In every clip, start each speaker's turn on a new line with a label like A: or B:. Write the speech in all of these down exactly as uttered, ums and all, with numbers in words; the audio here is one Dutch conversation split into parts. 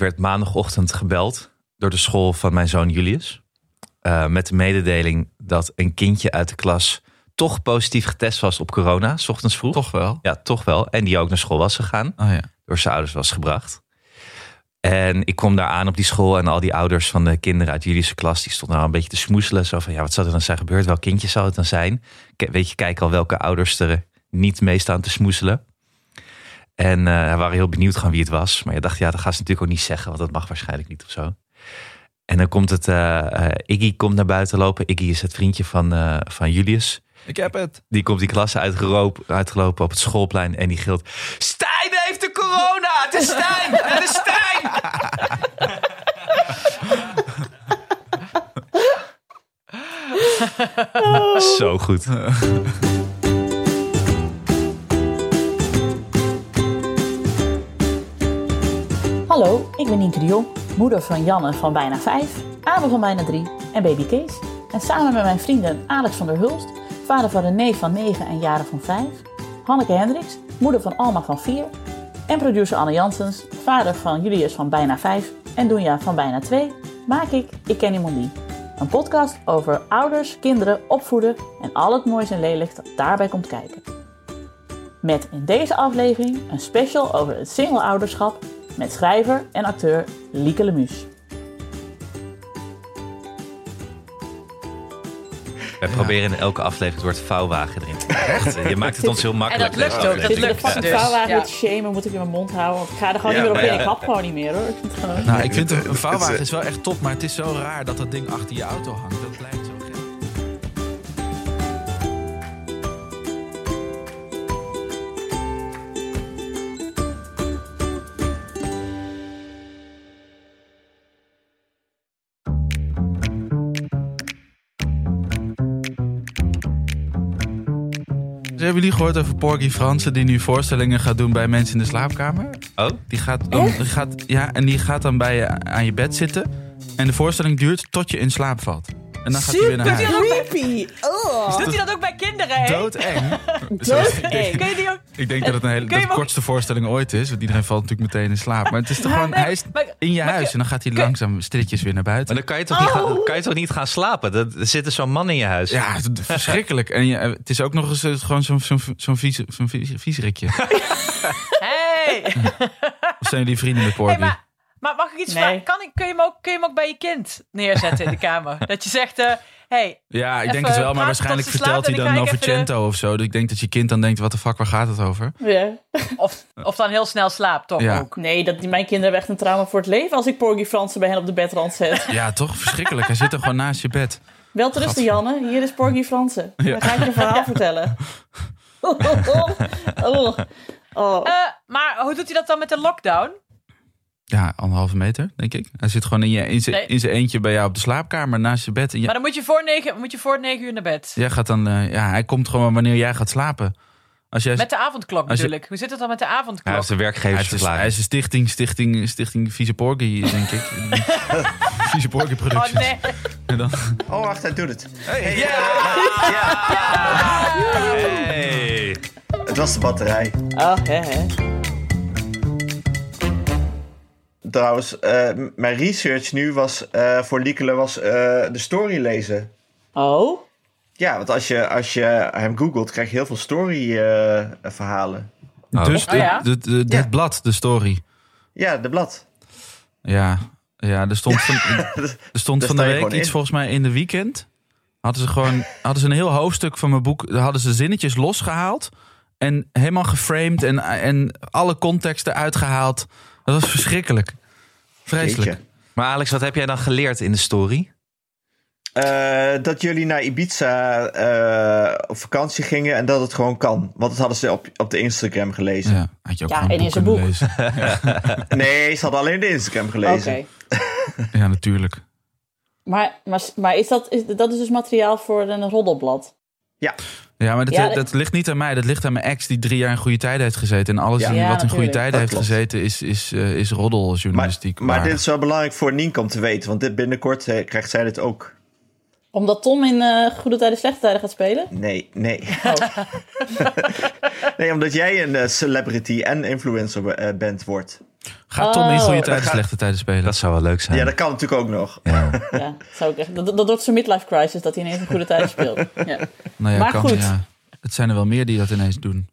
A: werd maandagochtend gebeld door de school van mijn zoon Julius. Uh, met de mededeling dat een kindje uit de klas toch positief getest was op corona, 's ochtends vroeg.
B: Toch wel?
A: Ja, toch wel. En die ook naar school was gegaan.
B: Oh ja.
A: Door zijn ouders was gebracht. En ik kom daar aan op die school en al die ouders van de kinderen uit Julius' klas, die stonden nou een beetje te smoezelen. Zo van, ja, wat zou er dan zijn gebeurd? Welk kindje zou het dan zijn? Weet je, kijk al welke ouders er niet mee staan te smoezelen. En uh, we waren heel benieuwd gaan wie het was. Maar je dacht, ja, dat gaan ze natuurlijk ook niet zeggen, want dat mag waarschijnlijk niet of zo. En dan komt het, uh, uh, Iggy komt naar buiten lopen. Iggy is het vriendje van, uh, van Julius.
B: Ik heb het.
A: Die komt die klas uitgelopen, uitgelopen op het schoolplein en die gilt: Stijn heeft de corona! Het is Stijn! Het is Stijn! Zo goed.
C: Hallo, ik ben Nienke de Jong, moeder van Janne van bijna vijf, Abel van bijna drie en baby Kees. En samen met mijn vrienden Alex van der Hulst, vader van René van negen en Jaren van vijf, Hanneke Hendricks, moeder van Alma van vier en producer Anne Janssens, vader van Julius van bijna vijf en Doenja van bijna twee, maak ik Ik Ken Iemand Die. Een podcast over ouders, kinderen, opvoeden en al het moois en lelijks dat daarbij komt kijken. Met in deze aflevering een special over het single-ouderschap met schrijver en acteur Lieke Lemus.
A: Wij proberen in elke aflevering het woord vouwwagen erin te krijgen. Je maakt het ons heel makkelijk.
D: En dat lukt ook. Dat
C: Zit
D: lukt
C: de fucking
D: dus.
C: vouwwagen
D: Ja.
C: met shamen, moet ik in mijn mond houden. Want ik ga er gewoon
A: Ja,
C: niet meer op
A: maar
C: in.
A: ja.
C: Ik hap gewoon niet meer hoor. Ik vind het gewoon...
B: Nou, ik vind een, een vouwwagen is wel echt top, maar het is zo raar dat dat ding achter je auto hangt. Dat lijkt zo gek. Hebben jullie gehoord over Porgy Fransen die nu voorstellingen gaat doen bij mensen in de slaapkamer?
A: Oh?
B: Die gaat dan, die gaat, ja, en die gaat dan bij je aan je bed zitten. En de voorstelling duurt tot je in slaap valt. En dan gaat hij weer naar
D: Doet hij
B: huis.
D: dat ook bij,
C: Creepy! Oh.
D: doet hij dat ook bij kinderen, hè?
B: Doodeng.
C: Doodeng.
D: Kun je die ook...
B: Ik denk dat het een hele,
D: Kun je
B: dat de
D: hem ook-
B: kortste voorstelling ooit is. Want iedereen valt natuurlijk meteen in slaap. Maar het is toch
D: Maar
B: gewoon,
D: nee,
B: hij is
D: maar-
B: in je
D: maar-
B: huis. En dan gaat hij
D: kun-
B: langzaam stilletjes weer naar
A: Maar
B: buiten.
A: dan kan je toch, niet, gaan, kan je toch niet gaan slapen? Er er zit dus zo'n man in je huis.
B: Ja, het is verschrikkelijk. En je, het is ook nog eens eh, gewoon zo'n zo'n zo'n vies, zo'n vies, vieserikje.
D: Hey!
B: Of zijn jullie vrienden met Porgy?
D: Hey, maar, maar mag ik iets
C: Nee.
D: vragen? Kan ik, kun, je hem ook, kun je hem ook bij je kind neerzetten in de kamer? Dat je zegt, eh hey,
B: Ja, ik
D: Even
B: denk het wel, maar
D: praten
B: waarschijnlijk
D: tot ze
B: vertelt hij
D: slaapt en
B: dan
D: dan
B: over
D: ga ik even
B: Cento of zo. Dus ik denk dat je kind dan denkt, wat de fuck, waar gaat het over?
C: Ja.
D: of, of dan heel snel slaapt, toch
B: Ja.
D: ook?
C: Nee, dat, mijn kinderen hebben echt een trauma voor het leven als ik Porgy Fransen bij hen op de bedrand zet.
B: Ja, toch? Verschrikkelijk. Hij zit er gewoon naast je bed.
C: Wel te rusten, Janne. Hier is Porgy Fransen.
B: Ja.
C: Dan ga ik je een verhaal vertellen. Oh, oh, oh. Oh.
D: Eh, maar hoe doet hij dat dan met de lockdown?
B: Ja, anderhalve meter, denk ik. Hij zit gewoon in, je, in, zijn,
D: Nee.
B: in zijn eentje bij jou op de slaapkamer naast je bed. En je-
D: Maar dan moet je voor negen, moet je voor negen uur naar bed.
B: jij gaat dan, eh, ja, hij komt gewoon wanneer jij gaat slapen. Als jij,
D: Met de avondklok
B: Als je-
D: natuurlijk. Hoe zit het dan met de
A: Hij
D: avondklok?
A: heeft een
B: hij, is, hij
A: werkgeversverklaring.
B: is een stichting, stichting, stichting Vieze Porgy, denk ik. Vieze Porgy
D: oh
B: Productions.
D: nee.
B: En dan,
E: Oh, wacht, hij doet het.
A: Hey.
E: Het was de batterij.
C: Oh, hè, hè.
E: Trouwens, eh, m- mijn research nu was uh, voor Liekele was uh, de story lezen.
C: Oh?
E: Ja, want als je, als je hem googelt, krijg je heel veel story uh, verhalen.
A: Oh.
B: dus de,
D: Oh ja?
B: de, de, de-
E: Ja.
B: het blad, de story.
E: Ja, de blad.
B: Ja, ja er stond van, er stond
E: Daar
B: van de
E: sta je
B: week
E: gewoon
B: iets
E: in.
B: volgens mij in de weekend. Hadden ze gewoon hadden ze een heel hoofdstuk van mijn boek. Daar hadden ze zinnetjes losgehaald. En helemaal geframed. En, en alle context eruit gehaald. Dat was verschrikkelijk. Vreselijk.
E: Jeetje.
A: Maar Alex, wat heb jij dan geleerd in de story?
E: Uh, dat jullie naar Ibiza uh, op vakantie gingen en dat het gewoon kan. Want dat hadden ze op, op de Instagram gelezen.
B: Ja, had je ook
C: Ja,
B: gewoon
C: en in zijn
B: kunnen
C: boek.
B: lezen.
E: Nee, ze hadden alleen de Instagram
C: Oké.
E: gelezen.
B: Ja, natuurlijk.
C: Maar, maar, maar is dat, is, dat is dus materiaal voor een roddelblad?
E: Ja,
B: Ja, maar dat,
C: Ja,
B: dat,
C: dat-
B: ligt niet aan mij. Dat ligt aan mijn ex die drie jaar in goede tijden heeft gezeten. En alles
E: Ja.
B: in-
C: Ja,
B: wat in goede
C: natuurlijk.
B: tijden
E: Dat
B: heeft
E: klopt.
B: gezeten is, is, uh, is roddeljournalistiek.
E: maar, maar dit is wel belangrijk voor Nienke om te weten. Want dit binnenkort eh, krijgt zij dit ook.
C: Omdat Tom in uh, goede tijden, slechte tijden gaat spelen?
E: Nee, nee.
C: Oh.
E: Nee, omdat jij een uh, celebrity en influencer uh, bent wordt.
B: Gaat Tom in
C: Oh.
B: goede tijden,
E: Ga-
B: slechte tijden spelen?
A: Dat zou wel leuk zijn.
E: Ja, dat kan natuurlijk ook nog.
A: Ja.
C: Ja, zou ik echt, dat, dat wordt zijn midlife crisis, dat hij ineens een goede tijd speelt. Ja.
B: Nou ja,
C: Maar
B: kan,
C: goed.
B: ja. Het zijn er wel meer die dat ineens doen.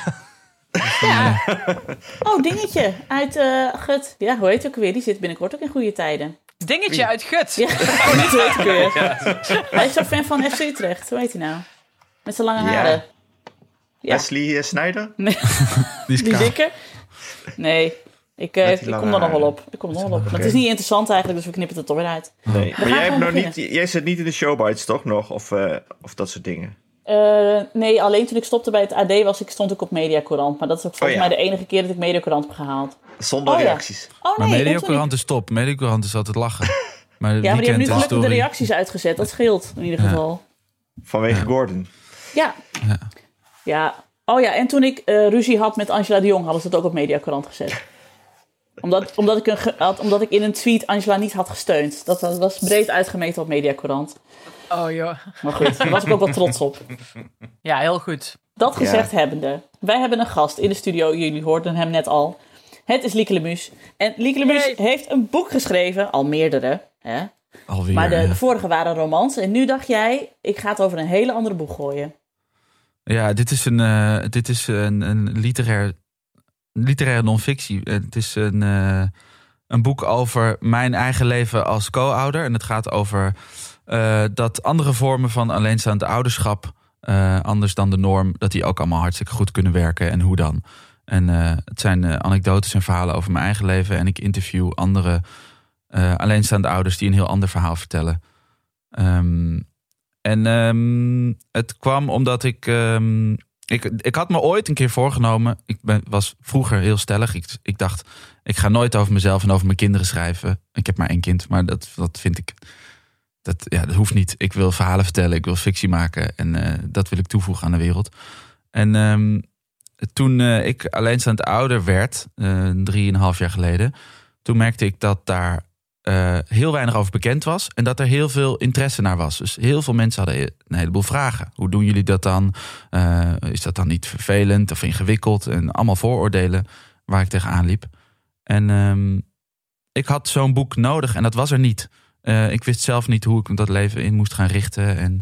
C: Ja. Oh, Dingetje uit uh, Gut. Ja, hoe heet het ook weer? Die zit binnenkort ook in goede tijden.
D: Dingetje uit Gut.
C: Ja, dat weet ik weer. Hij is zo'n fan van F C Utrecht. Hoe heet hij nou? Met zijn lange
E: Ja.
C: haren. Ja.
E: Wesley uh, Sneijder?
C: Nee,
B: Die is
C: die
B: kaal.
C: dikke? Nee, ik, uh,
E: Met
C: ik
E: die
C: kom
E: lange
C: er nog wel
E: haren.
C: op. Ik kom er nog wel op. Maar het is niet interessant eigenlijk, dus we knippen het er toch weer uit.
E: Nee. Maar
C: gaan
E: jij, hebt
C: gewoon
E: nog niet,
C: beginnen.
E: jij zit niet in de showbites, toch nog? Of, uh, of dat soort dingen?
C: Uh, nee, alleen toen ik stopte bij het A D was ik, stond ik op Mediacourant. Maar dat is ook volgens
E: Oh, ja.
C: mij de enige keer dat ik Mediacourant heb gehaald.
E: Zonder
C: Oh, ja.
E: reacties.
C: Oh
B: Maar
C: nee,
B: Mediacourant is top. Mediacourant is altijd lachen. Maar het
C: Ja, maar die hebben
B: weekend
C: nu
B: is
C: gelukkig de
B: story.
C: reacties uitgezet. Dat scheelt in ieder
B: Ja.
C: geval.
E: Vanwege Gordon.
C: Ja.
B: Ja.
C: Ja. Oh ja, en toen ik uh, ruzie had met Angela de Jong, hadden ze het ook op Mediacourant gezet. Omdat, omdat, ik een ge- had, omdat ik in een tweet Angela niet had gesteund. Dat was, was breed uitgemeten op Mediacourant.
D: Oh joh.
C: Maar goed, daar was ik ook wel trots op.
D: Ja, heel goed.
C: Dat gezegd
E: Ja.
C: hebbende, wij hebben een gast in de studio. Jullie hoorden hem net al. Het is Lieke Lemus. En Lieke Lemus
D: Yay.
C: heeft een boek geschreven, al meerdere. Hè?
B: Alweer.
C: Maar de,
B: ja.
C: de vorige waren romans. En nu dacht jij, ik ga het over een hele andere boek gooien.
B: Ja, dit is een, uh, dit is een, een literair, literaire non-fictie. Uh, het is een, uh, een boek over mijn eigen leven als co-ouder. En het gaat over uh, dat andere vormen van alleenstaand ouderschap, uh, anders dan de norm, dat die ook allemaal hartstikke goed kunnen werken. En hoe dan? En uh, het zijn uh, anekdotes en verhalen over mijn eigen leven. En ik interview andere uh, alleenstaande ouders die een heel ander verhaal vertellen. Um, En um, het kwam omdat ik, um, ik... Ik had me ooit een keer voorgenomen. Ik ben, was vroeger heel stellig. Ik, ik dacht, ik ga nooit over mezelf en over mijn kinderen schrijven. Ik heb maar één kind, maar dat, dat vind ik... Dat, ja, dat hoeft niet. Ik wil verhalen vertellen, ik wil fictie maken. En uh, dat wil ik toevoegen aan de wereld. En um, toen uh, ik alleenstaand ouder werd, uh, drieënhalf jaar geleden... toen merkte ik dat daar... Uh, heel weinig over bekend was. En dat er heel veel interesse naar was. Dus heel veel mensen hadden een heleboel vragen. Hoe doen jullie dat dan? Uh, is dat dan niet vervelend of ingewikkeld? En allemaal vooroordelen waar ik tegenaan liep. En um, ik had zo'n boek nodig en dat was er niet. Uh, ik wist zelf niet hoe ik dat leven in moest gaan richten. En,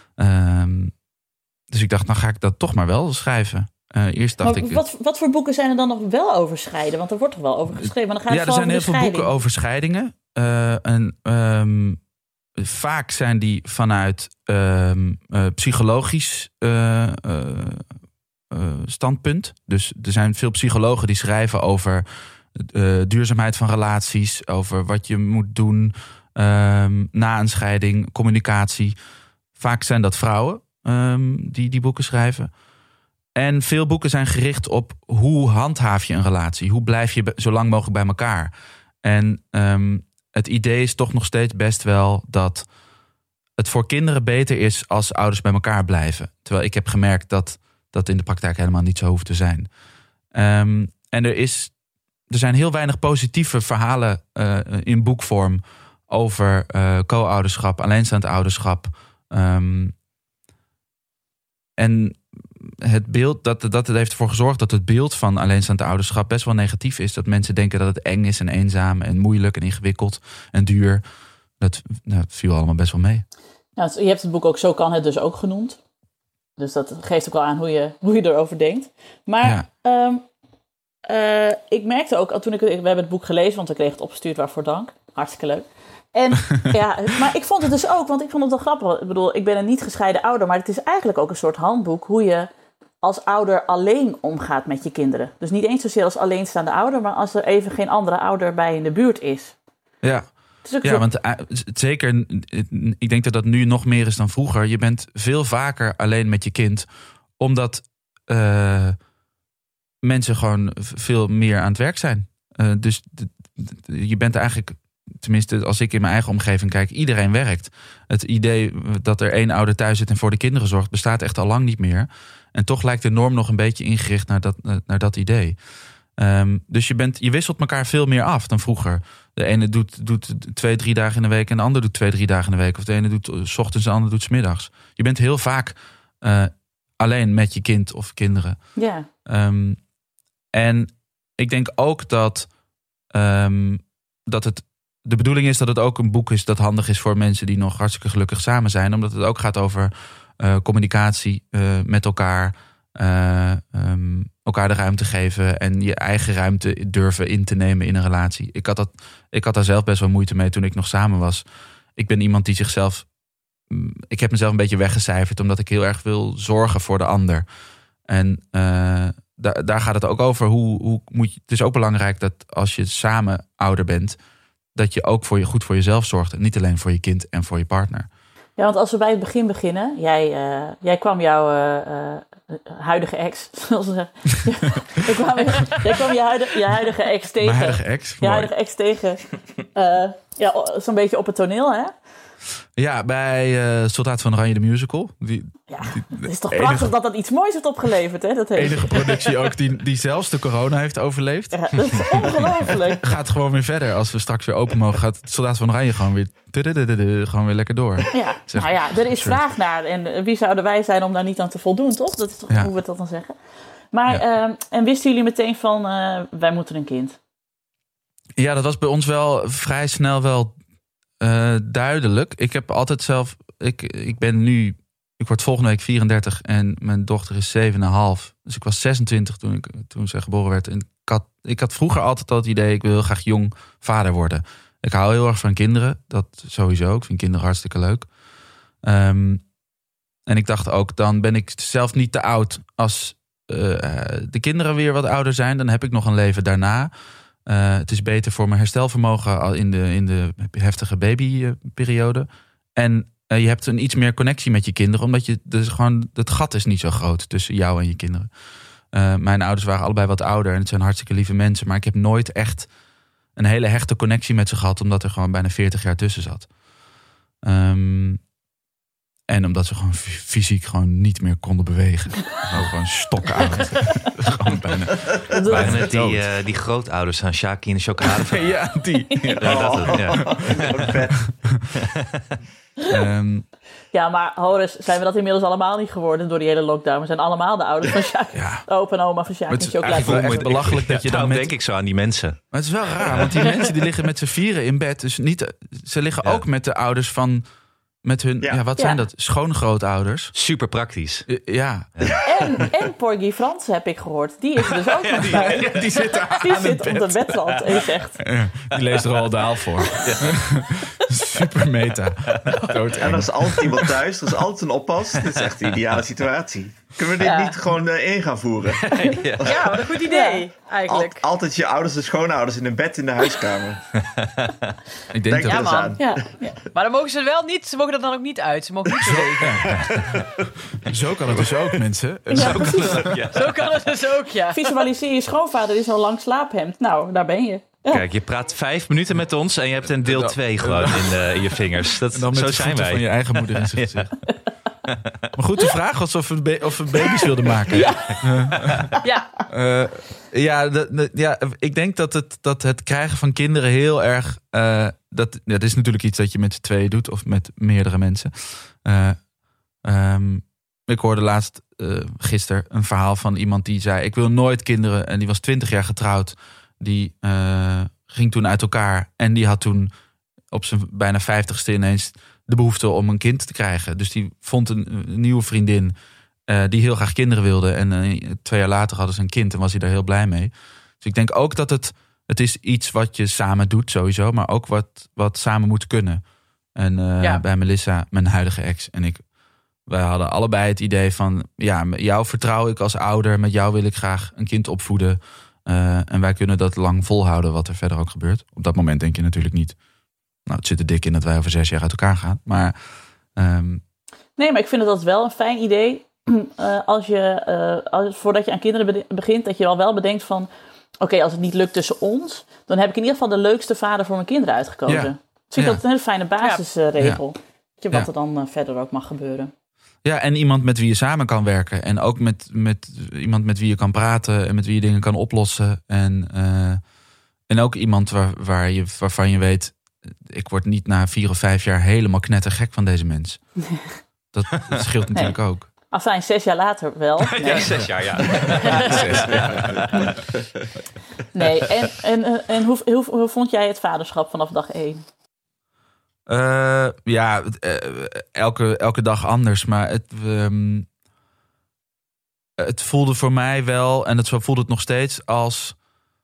B: um, dus ik dacht, nou ga ik dat toch maar wel schrijven. Uh, eerst dacht
C: Maar
B: ik,
C: wat, wat voor boeken zijn er dan nog wel over scheiden? Want er wordt toch wel over geschreven? Maar dan gaat
B: ja,
C: het
B: er
C: vooral
B: zijn
C: over
B: heel
C: de
B: veel boeken over scheidingen. Uh, en um, vaak zijn die vanuit um, uh, psychologisch uh, uh, uh, standpunt. Dus er zijn veel psychologen die schrijven over uh, duurzaamheid van relaties, over wat je moet doen um, na een scheiding, communicatie. Vaak zijn dat vrouwen um, die die boeken schrijven. En veel boeken zijn gericht op hoe handhaaf je een relatie? Hoe blijf je zo lang mogelijk bij elkaar? En um, het idee is toch nog steeds best wel dat het voor kinderen beter is als ouders bij elkaar blijven. Terwijl ik heb gemerkt dat dat in de praktijk helemaal niet zo hoeft te zijn. Um, en er, is, er zijn heel weinig positieve verhalen uh, in boekvorm over uh, co-ouderschap, alleenstaand ouderschap. Um, en het beeld, dat, dat het heeft ervoor gezorgd dat het beeld van alleenstaand ouderschap best wel negatief is. Dat mensen denken dat het eng is en eenzaam en moeilijk en ingewikkeld en duur. Dat, nou, dat viel allemaal best wel mee.
C: Ja, je hebt het boek ook Zo kan het dus ook genoemd. Dus dat geeft ook wel aan hoe je, hoe je erover denkt. Maar ja. um, uh, ik merkte ook, toen ik, we hebben het boek gelezen, want ik kreeg het opgestuurd, waarvoor dank. Hartstikke leuk. En ja, maar ik vond het dus ook, want ik vond het wel grappig. Ik bedoel, ik ben een niet gescheiden ouder, maar het is eigenlijk ook een soort handboek hoe je als ouder alleen omgaat met je kinderen. Dus niet eens zozeer als alleenstaande ouder, maar als er even geen andere ouder bij in de buurt is.
B: Ja, ja want uh, zeker, ik denk dat dat nu nog meer is dan vroeger. Je bent veel vaker alleen met je kind, omdat uh, mensen gewoon veel meer aan het werk zijn. Uh, dus d- d- je bent eigenlijk, tenminste als ik in mijn eigen omgeving kijk, iedereen werkt. Het idee dat er één ouder thuis zit en voor de kinderen zorgt, bestaat echt al lang niet meer. En toch lijkt de norm nog een beetje ingericht naar dat, naar dat idee. Um, dus je, bent, je wisselt elkaar veel meer af dan vroeger. De ene doet, doet twee, drie dagen in de week en de ander doet twee, drie dagen in de week. Of de ene doet 's ochtends en de ander doet 's middags. Je bent heel vaak uh, alleen met je kind of kinderen.
C: Ja.
B: Um, en ik denk ook dat um, dat het de bedoeling is dat het ook een boek is dat handig is voor mensen die nog hartstikke gelukkig samen zijn. Omdat het ook gaat over uh, communicatie uh, met elkaar. Uh, um, elkaar de ruimte geven en je eigen ruimte durven in te nemen in een relatie. Ik had, dat, ik had daar zelf best wel moeite mee toen ik nog samen was. Ik ben iemand die zichzelf... Ik heb mezelf een beetje weggecijferd omdat ik heel erg wil zorgen voor de ander. En uh, daar, daar gaat het ook over. Hoe, hoe moet je, het is ook belangrijk dat als je samen ouder bent, dat je ook voor je, goed voor jezelf zorgt. En niet alleen voor je kind en voor je partner.
C: Ja, want als we bij het begin beginnen. Jij, uh, jij kwam jouw uh, uh, huidige ex. Zoals we zeggen. jij, kwam, jij kwam je huidige, je huidige ex tegen.
B: Mijn huidige ex?
C: Je huidige ex tegen. Uh, ja, zo'n beetje op het toneel, hè?
B: Ja, bij uh, Soldaat van Oranje de musical. Die,
C: ja,
B: die,
C: het is toch
B: enige,
C: prachtig dat dat iets moois heeft opgeleverd, hè? Dat heeft.
B: enige productie ook die, die zelfs de corona heeft overleefd.
C: Ja, dat is ongelooflijk.
B: Gaat gewoon weer verder. Als we straks weer open mogen, gaat Soldaat van Oranje gewoon weer, gewoon weer lekker door.
C: Ja, zeg, nou ja, er is vraag naar. En wie zouden wij zijn om daar niet aan te voldoen, toch? Dat is toch ja. hoe we dat dan zeggen. Maar, ja. uh, en wisten jullie meteen van, uh, wij moeten een kind?
B: Ja, dat was bij ons wel vrij snel wel uh, duidelijk. Ik heb altijd zelf, ik, ik ben nu, ik word volgende week vierendertig en mijn dochter is zeven en een half. Dus ik was zesentwintig toen, ik, toen zij geboren werd. En ik had, ik had vroeger altijd al het idee, ik wil heel graag jong vader worden. Ik hou heel erg van kinderen, dat sowieso. Ik vind kinderen hartstikke leuk. Um, en ik dacht ook, dan ben ik zelf niet te oud als uh, de kinderen weer wat ouder zijn. Dan heb ik nog een leven daarna. Uh, het is beter voor mijn herstelvermogen al in de, in de heftige babyperiode. En uh, je hebt een iets meer connectie met je kinderen. Omdat je, dus gewoon, het gat is niet zo groot tussen jou en je kinderen. Uh, mijn ouders waren allebei wat ouder en het zijn hartstikke lieve mensen. Maar ik heb nooit echt een hele hechte connectie met ze gehad. Omdat er gewoon bijna veertig jaar tussen zat. Um, en omdat ze gewoon fysiek gewoon niet meer konden bewegen. Gewoon, gewoon stokken oud. Gewoon bijna.
A: Waren het die, uh, die grootouders aan Shaki in de chocolade?
B: Ja, die. Ja,
A: ja, dat het, ja.
E: Vet.
B: Um,
C: ja, maar Horus, zijn we dat inmiddels allemaal niet geworden door die hele lockdown? We zijn allemaal de ouders van Shaki. Ja. Opa en oma van Shaki in chocolade.
B: Het is eigenlijk wel echt belachelijk dat je
A: ja,
B: dan met...
A: denk ik zo aan die mensen.
B: Maar het is wel raar, want die mensen die liggen met z'n vieren in bed. Dus niet, ze liggen ja. ook met de ouders van... Met hun, ja, ja wat zijn ja. dat? Schoongrootouders.
A: Super praktisch.
B: Uh, ja.
C: En, en Porgy Frans heb ik gehoord. Die is er dus ook nog
B: ja,
C: bij.
B: Die, die zit,
C: die zit op de bedrand en zegt...
B: Ja, die leest er al Daal voor. Ja. Super meta.
E: En er is altijd iemand thuis. Er is altijd een oppas. Dit is echt de ideale situatie. Kunnen we dit ja. niet gewoon uh, in gaan voeren?
D: Ja, ja, wat een goed idee. Ja. Eigenlijk.
E: Al, altijd je ouders en schoonouders in een bed in de huiskamer.
B: Ik denk, denk
D: dat
E: ja, man. Aan.
D: Ja. Ja. Maar dan mogen ze wel niet, ze mogen dat dan ook niet uit. Ze mogen niet bewegen.
B: Zo kan het dus ook, mensen.
C: Ja,
B: zo,
C: kan het
D: ook, ja. zo kan het dus ook, ja.
C: Visualiseer je schoonvader in zo'n lang slaaphemd. Nou, daar ben je.
A: Ja. Kijk, je praat vijf minuten met ons en je hebt een deel twee gewoon in, de, in je vingers. Dat,
B: dan met
A: zo zijn wij.
B: Van je eigen moeder in zijn gezicht. Ja. Maar goed, de vraag was of we, of we baby's wilden maken.
C: Ja,
D: ja.
B: Uh, ja, de, de, ja, ik denk dat het, dat het krijgen van kinderen heel erg... Uh, dat, ja, dat is natuurlijk iets dat je met z'n tweeën doet of met meerdere mensen. Uh, um, ik hoorde laatst, uh, gisteren, een verhaal van iemand die zei... ik wil nooit kinderen, en die was twintig jaar getrouwd. Die uh, ging toen uit elkaar en die had toen op zijn bijna vijftigste ineens... de behoefte om een kind te krijgen. Dus die vond een, een nieuwe vriendin uh, die heel graag kinderen wilde. En uh, twee jaar later hadden ze een kind en was hij daar heel blij mee. Dus ik denk ook dat het, het is iets wat je samen doet sowieso. Maar ook wat, wat samen moet kunnen. En uh, ja. bij Melissa, mijn huidige ex en ik... wij hadden allebei het idee van... ja, jou vertrouw ik als ouder. Met jou wil ik graag een kind opvoeden. Uh, en wij kunnen dat lang volhouden wat er verder ook gebeurt. Op dat moment denk je natuurlijk niet... nou, het zit er dik in dat wij over zes jaar uit elkaar gaan. Maar, um...
C: Nee, maar ik vind het altijd wel een fijn idee. Uh, als je, uh, als, voordat je aan kinderen begint, dat je al wel bedenkt van... oké, okay, als het niet lukt tussen ons... dan heb ik in ieder geval de leukste vader voor mijn kinderen uitgekozen. Ja. Dus ik vind ja. dat een hele fijne basisregel. Ja. Je, wat ja. er dan uh, verder ook mag gebeuren.
B: Ja, en iemand met wie je samen kan werken. En ook met, met iemand met wie je kan praten... en met wie je dingen kan oplossen. En, uh, en ook iemand waar, waar je, waarvan je weet... ik word niet na vier of vijf jaar helemaal knettergek van deze mens. Dat, dat scheelt natuurlijk nee. ook.
C: Afijn, zes jaar later wel. Nee,
A: Ja, zes jaar, ja. Zes, ja.
C: nee. En, en, en hoe, hoe, hoe vond jij het vaderschap vanaf dag één?
B: Uh, ja, uh, elke, elke dag anders. Maar het, um, het voelde voor mij wel, en het voelde het nog steeds, als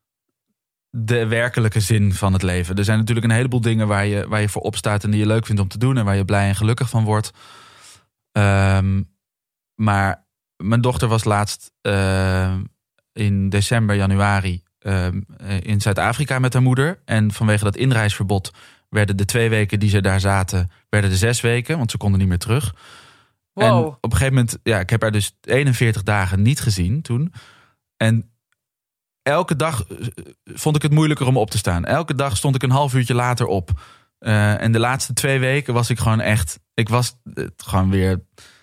B: de werkelijke zin van het leven. Er zijn natuurlijk een heleboel dingen waar je, waar je voor opstaat en die je leuk vindt om te doen en waar je blij en gelukkig van wordt. Um, maar mijn dochter was laatst uh, in december, januari uh, in Zuid-Afrika met haar moeder. En vanwege dat inreisverbod werden de twee weken die ze daar zaten, werden de zes weken, want ze konden niet meer terug.
D: Wow.
B: En op een gegeven moment, ja, ik heb haar dus eenenveertig dagen niet gezien toen. En elke dag vond ik het moeilijker om op te staan. Elke dag stond ik een half uurtje later op. Uh, en de laatste twee weken was ik gewoon echt, ik was uh, gewoon weer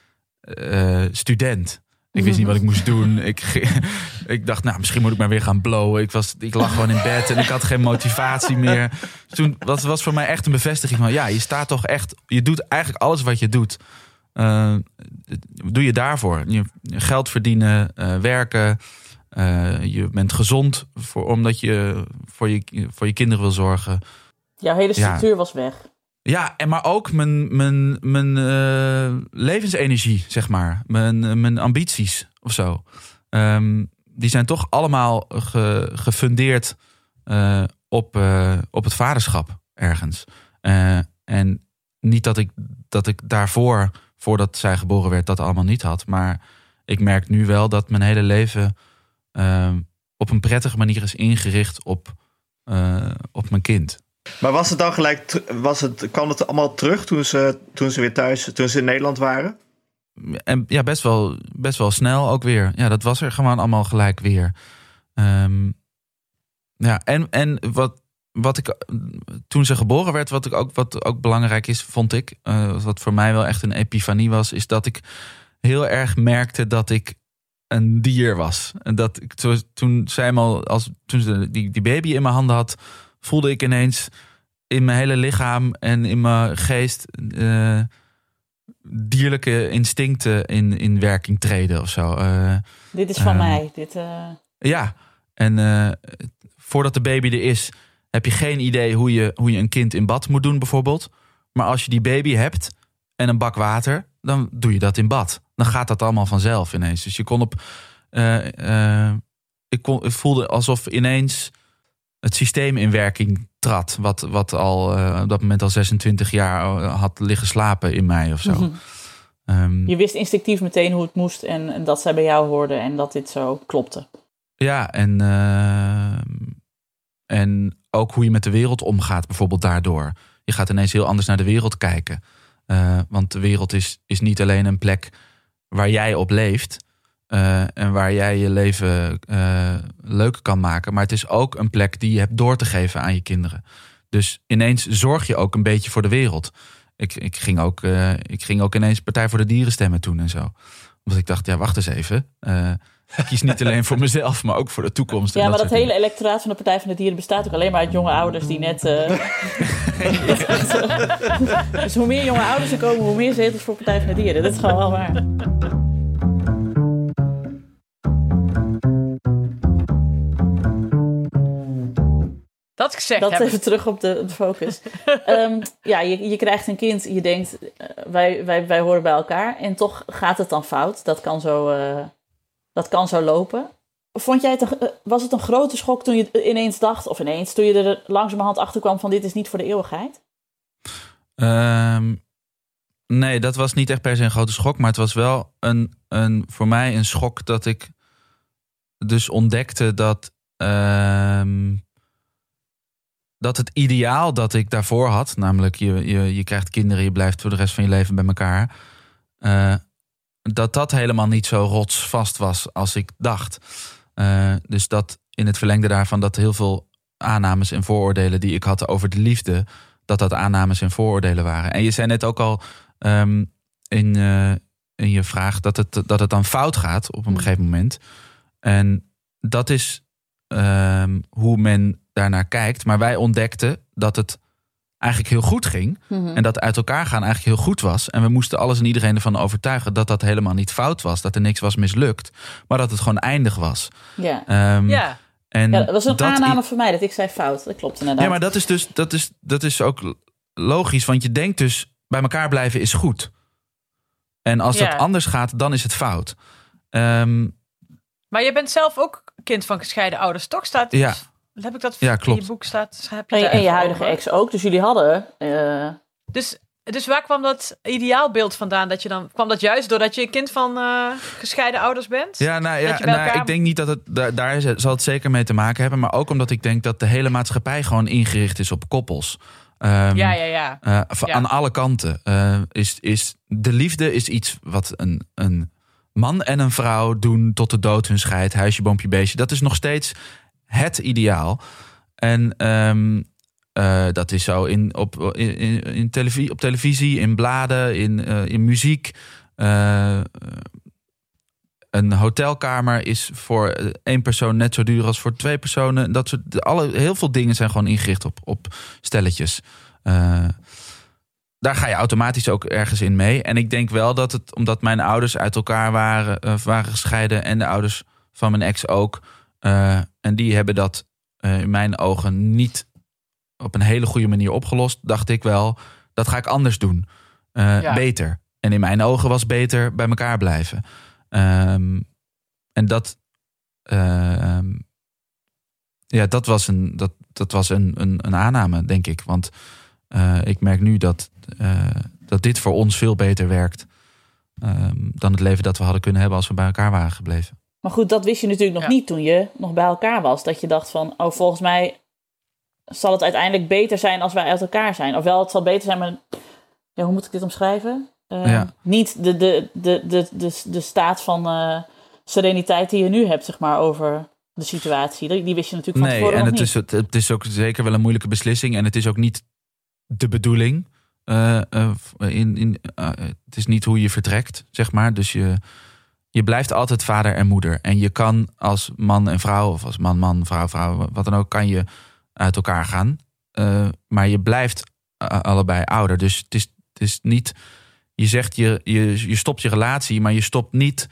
B: uh, student. Ik wist niet wat ik moest doen. Ik, ik dacht, nou, misschien moet ik maar weer gaan blowen. Ik, was, ik lag gewoon in bed en ik had geen motivatie meer. Toen was het voor mij echt een bevestiging van, ja, je staat toch echt, je doet eigenlijk alles wat je doet. Uh, doe je daarvoor. Je, geld verdienen, uh, werken. Uh, je bent gezond voor, omdat je voor, je voor je kinderen wil zorgen.
C: Jouw hele structuur
B: ja.
C: was weg.
B: Ja, en maar ook mijn, mijn, mijn uh, levensenergie, zeg maar. Mijn, mijn ambities of zo. Um, die zijn toch allemaal ge, gefundeerd uh, op, uh, op het vaderschap ergens. Uh, en niet dat ik, dat ik daarvoor, voordat zij geboren werd, dat allemaal niet had. Maar ik merk nu wel dat mijn hele leven uh, op een prettige manier is ingericht op, uh, op mijn kind.
E: Maar was het dan gelijk, was het, kwam het allemaal terug toen ze, toen ze weer thuis, toen ze in Nederland waren?
B: En ja, best wel, best wel snel ook weer. Ja, dat was er gewoon allemaal gelijk weer. Um, ja, en, en wat, wat ik toen ze geboren werd, wat, ik ook, wat ook belangrijk is, vond ik, uh, wat voor mij wel echt een epifanie was, is dat ik heel erg merkte dat ik een dier was. En dat ik toen zij eenmaal, als toen ze die, die baby in mijn handen had, voelde ik ineens in mijn hele lichaam en in mijn geest uh, dierlijke instincten in, in werking treden of zo. Uh,
C: Dit is van
B: uh,
C: mij. Dit, uh...
B: Ja, en uh, voordat de baby er is, heb je geen idee hoe je, hoe je een kind in bad moet doen bijvoorbeeld. Maar als je die baby hebt en een bak water, dan doe je dat in bad. Dan gaat dat allemaal vanzelf ineens. Dus je kon op... Uh, uh, ik, kon, ik voelde alsof ineens het systeem in werking trad. Wat, wat al uh, op dat moment al zesentwintig jaar had liggen slapen in mij of zo.
C: Mm-hmm. Um, je wist instinctief meteen hoe het moest en, en dat zij bij jou hoorden en dat dit zo klopte.
B: Ja, en, uh, en ook hoe je met de wereld omgaat bijvoorbeeld daardoor. Je gaat ineens heel anders naar de wereld kijken. Uh, want de wereld is, is niet alleen een plek waar jij op leeft Uh, en waar jij je leven uh, leuk kan maken. Maar het is ook een plek die je hebt door te geven aan je kinderen. Dus ineens zorg je ook een beetje voor de wereld. Ik, ik, ging, ook, uh, ik ging ook ineens Partij voor de Dieren stemmen toen en zo. Omdat ik dacht, ja, wacht eens even. Uh, ik kies niet alleen voor mezelf, maar ook voor de toekomst.
C: Ja, maar
B: dat,
C: dat hele electoraat van de Partij van de Dieren bestaat ook alleen maar uit jonge ouders die net... Uh... dus hoe meer jonge ouders er komen, hoe meer zetels voor Partij van de Dieren. Dat is gewoon wel waar.
D: Dat gezegd
C: Dat
D: hebben.
C: even terug op de, op de focus. um, ja, je, je krijgt een kind, je denkt, uh, wij, wij, wij horen bij elkaar. En toch gaat het dan fout. Dat kan zo, uh, dat kan zo lopen. Vond jij het een, uh, was het een grote schok toen je ineens dacht, of ineens, toen je er langzamerhand achter kwam van dit is niet voor de eeuwigheid?
B: Um, nee, dat was niet echt per se een grote schok. Maar het was wel een, een, voor mij een schok dat ik dus ontdekte dat... Um, dat het ideaal dat ik daarvoor had, namelijk je, je, je krijgt kinderen, je blijft voor de rest van je leven bij elkaar, uh, dat dat helemaal niet zo rotsvast was als ik dacht. Uh, dus dat in het verlengde daarvan dat heel veel aannames en vooroordelen die ik had over de liefde, dat dat aannames en vooroordelen waren. En je zei net ook al um, in, uh, in je vraag dat het, dat het dan fout gaat op een gegeven moment. En dat is um, hoe men daarnaar kijkt. Maar wij ontdekten dat het eigenlijk heel goed ging.
C: Mm-hmm.
B: En dat uit elkaar gaan eigenlijk heel goed was. En we moesten alles en iedereen ervan overtuigen dat dat helemaal niet fout was. Dat er niks was mislukt. Maar dat het gewoon eindig was.
C: Ja,
B: Um,
D: Ja.
B: en
C: ja dat was een
B: dat
C: aanname
B: i-
C: voor mij dat ik zei fout. Dat klopt inderdaad.
B: Ja, maar dat is dus dat is, dat is ook logisch. Want je denkt dus, bij elkaar blijven is goed. En als
D: Ja.
B: dat anders gaat, dan is het fout. Um,
D: Maar je bent zelf ook kind van gescheiden ouders, toch? Staat,
B: Ja.
D: Heb ik dat
B: Ja,
D: in
B: klopt.
D: je boek staat? Heb je
C: En je,
D: daar
C: en je
D: even
C: huidige
D: over?
C: ex ook. Dus jullie hadden... eh,
D: Dus, dus waar kwam dat ideaalbeeld vandaan? Dat je dan, kwam dat juist doordat je een kind van uh, gescheiden ouders bent?
B: Ja, nou, ja
D: Dat je bij
B: nou,
D: elkaar-
B: ik denk niet dat het daar, daar is- zal het zeker mee te maken hebben. Maar ook omdat ik denk dat de hele maatschappij gewoon ingericht is op koppels. Um,
D: Ja, ja, ja.
B: Uh, van-
D: Ja.
B: Aan alle kanten. Uh, is, is, de liefde is iets wat een, een man en een vrouw doen tot de dood hun scheidt. Huisje, boompje, beestje. Dat is nog steeds het ideaal. En um, uh, dat is zo in, op, in, in, in televisie, op televisie, in bladen, in, uh, in muziek. Uh, een hotelkamer is voor één persoon net zo duur als voor twee personen. Dat soort, alle, heel veel dingen zijn gewoon ingericht op, op stelletjes. Uh, daar ga je automatisch ook ergens in mee. En ik denk wel dat het, omdat mijn ouders uit elkaar waren, uh, waren gescheiden en de ouders van mijn ex ook. Uh, en die hebben dat uh, in mijn ogen niet op een hele goede manier opgelost. Dacht ik wel, dat ga ik anders doen. Uh,
D: Ja.
B: Beter. En in mijn ogen was beter bij elkaar blijven. Um, en dat, uh, ja, dat was een, dat, dat was een, een, een aanname, denk ik. Want uh, ik merk nu dat, uh, dat dit voor ons veel beter werkt um, dan het leven dat we hadden kunnen hebben als we bij elkaar waren gebleven.
C: Maar goed, dat wist je natuurlijk nog
D: Ja.
C: niet toen je nog bij elkaar was. Dat je dacht van, oh, volgens mij zal het uiteindelijk beter zijn als wij uit elkaar zijn. Ofwel, het zal beter zijn, maar ja, hoe moet ik dit omschrijven? Uh,
B: Ja.
C: Niet de, de, de, de, de, de staat van uh, sereniteit die je nu hebt, zeg maar, over de situatie. Die, die wist je natuurlijk van
B: Nee,
C: tevoren
B: en
C: nog
B: het
C: niet.
B: is, het, het is ook zeker wel een moeilijke beslissing. En het is ook niet de bedoeling. Uh, uh, in, in, uh, het is niet hoe je vertrekt, zeg maar. Dus je, je blijft altijd vader en moeder. En je kan als man en vrouw, of als man, man, vrouw, vrouw, wat dan ook, kan je uit elkaar gaan. Uh, maar je blijft uh, allebei ouder. Dus het is, het is niet... Je zegt, je, je, je stopt je relatie, maar je stopt niet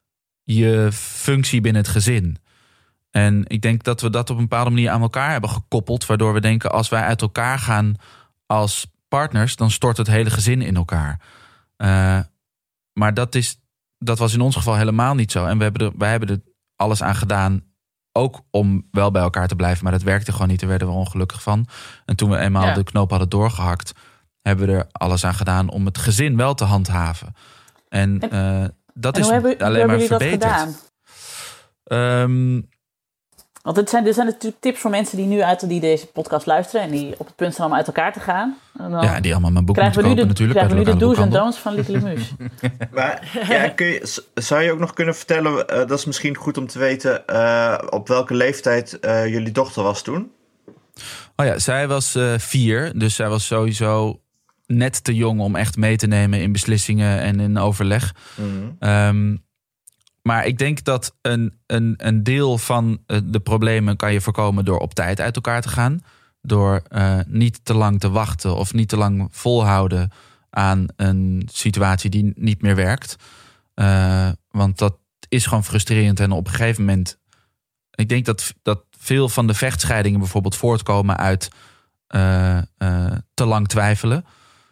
B: je functie binnen het gezin. En ik denk dat we dat op een bepaalde manier aan elkaar hebben gekoppeld, waardoor we denken, als wij uit elkaar gaan als partners, dan stort het hele gezin in elkaar. Uh, maar dat, is, dat was in ons geval helemaal niet zo. En we hebben er, wij hebben er alles aan gedaan, ook om wel bij elkaar te blijven. Maar dat werkte gewoon niet, daar werden we ongelukkig van. En toen we eenmaal
D: Ja.
B: de knoop hadden doorgehakt, hebben we er alles aan gedaan om het gezin wel te handhaven. En uh, dat
C: En
B: is
C: hoe hebben, hoe
B: alleen
C: hebben
B: maar
C: jullie dat
B: verbeterd.
C: gedaan?
B: Um,
C: Want het zijn, er zijn natuurlijk tips voor mensen die nu uit die deze podcast luisteren en die op het punt zijn om uit elkaar te gaan. En dan
B: ja, die allemaal mijn boek
C: krijgen
B: moeten
C: we nu
B: kopen
C: de,
B: natuurlijk.
C: krijgen we nu de
B: bij
C: do's en
B: lokale
C: don'ts van Lieke Lemus.
E: Maar ja, kun je, z- zou je ook nog kunnen vertellen, uh, dat is misschien goed om te weten, uh, op welke leeftijd uh, jullie dochter was toen?
B: Oh ja, zij was uh, vier, dus zij was sowieso net te jong om echt mee te nemen in beslissingen en in overleg.
E: Mm-hmm.
B: Um, maar ik denk dat een, een, een deel van de problemen kan je voorkomen door op tijd uit elkaar te gaan. Door uh, niet te lang te wachten of niet te lang volhouden aan een situatie die niet meer werkt. Uh, want dat is gewoon frustrerend en op een gegeven moment... Ik denk dat, dat veel van de vechtscheidingen bijvoorbeeld voortkomen uit uh, uh, te lang twijfelen.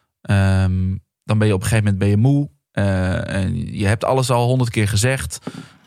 B: Um, dan ben je op een gegeven moment ben je moe. Uh, en je hebt alles al honderd keer gezegd.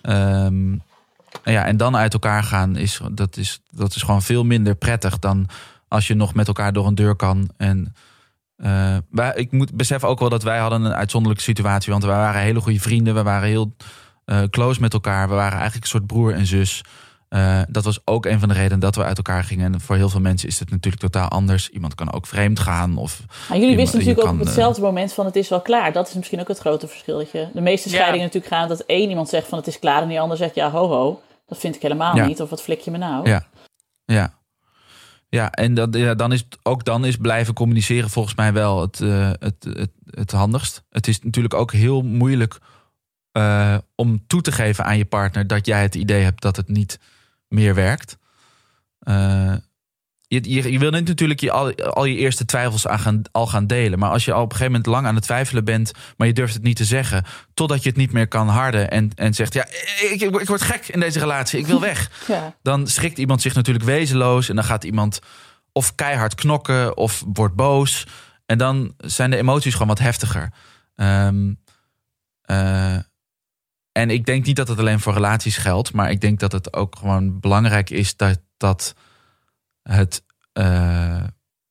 B: Um, en, ja, en dan uit elkaar gaan, is, dat, is, dat is gewoon veel minder prettig dan als je nog met elkaar door een deur kan. En uh, wij, ik moet beseffen ook wel dat wij hadden een uitzonderlijke situatie. Want we waren hele goede vrienden. We waren heel uh, close met elkaar. We waren eigenlijk een soort broer en zus. Uh, dat was ook een van de redenen dat we uit elkaar gingen. En voor heel veel mensen is het natuurlijk totaal anders. Iemand kan ook vreemd gaan. Of
C: maar jullie wisten
B: je,
C: natuurlijk
B: je
C: ook
B: kan,
C: op hetzelfde moment van het is wel klaar. Dat is misschien ook het grote verschil. Dat je, de meeste scheidingen
D: Ja.
C: natuurlijk gaan dat één iemand zegt van het is klaar en die ander zegt ja ho ho. Dat vind ik helemaal
B: Ja.
C: niet. Of wat flik je me nou?
B: Ja, ja. Ja, en dat, ja, dan is, ook dan is blijven communiceren volgens mij wel het, uh, het, het, het handigst. Het is natuurlijk ook heel moeilijk uh, om toe te geven aan je partner dat jij het idee hebt dat het niet meer werkt. Uh, Je, je, je wil niet natuurlijk je, al, al je eerste twijfels aan gaan, al gaan delen. Maar als je al op een gegeven moment lang aan het twijfelen bent, maar je durft het niet te zeggen, totdat je het niet meer kan harden en, en zegt, ja, ik, ik, ik word gek in deze relatie, ik wil weg.
C: Ja.
B: Dan schrikt iemand zich natuurlijk wezenloos en dan gaat iemand of keihard knokken of wordt boos. En dan zijn de emoties gewoon wat heftiger. Um, uh, en ik denk niet dat het alleen voor relaties geldt, maar ik denk dat het ook gewoon belangrijk is dat, dat het uh,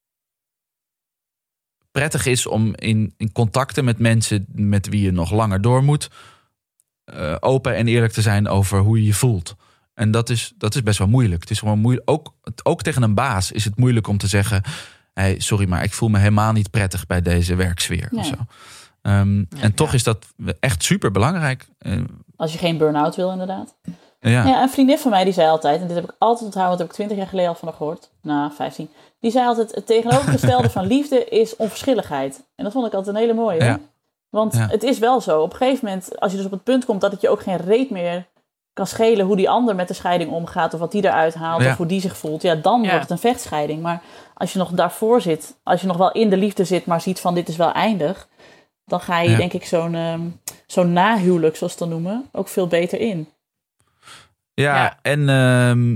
B: prettig is om in, in contacten met mensen met wie je nog langer door moet, uh, open en eerlijk te zijn over hoe je je voelt. En dat is, dat is best wel moeilijk. Het is gewoon moeilijk. Ook, ook tegen een baas is het moeilijk om te zeggen, hey, sorry, maar ik voel me helemaal niet prettig bij deze werksfeer. Nee. Of zo. Um, ja, en toch ja. is dat echt super belangrijk.
C: Als je geen burn-out wil, inderdaad.
B: Ja.
C: Ja, een vriendin van mij die zei altijd, en dit heb ik altijd onthouden, want dat heb ik twintig jaar geleden al van haar gehoord, nou, vijftien. Die zei altijd, het tegenovergestelde van liefde is onverschilligheid. En dat vond ik altijd een hele mooie.
B: Ja.
C: Want ja. het is wel zo, op een gegeven moment, als je dus op het punt komt dat het je ook geen reet meer kan schelen hoe die ander met de scheiding omgaat, of wat die eruit haalt, ja. of hoe die zich voelt, ja, dan ja. wordt het een vechtscheiding. Maar als je nog daarvoor zit, als je nog wel in de liefde zit, maar ziet van dit is wel eindig, dan ga je ja. denk ik zo'n, um, zo'n nahuwelijk, zoals ze het dan noemen, ook veel beter in.
B: Ja, ja. en uh,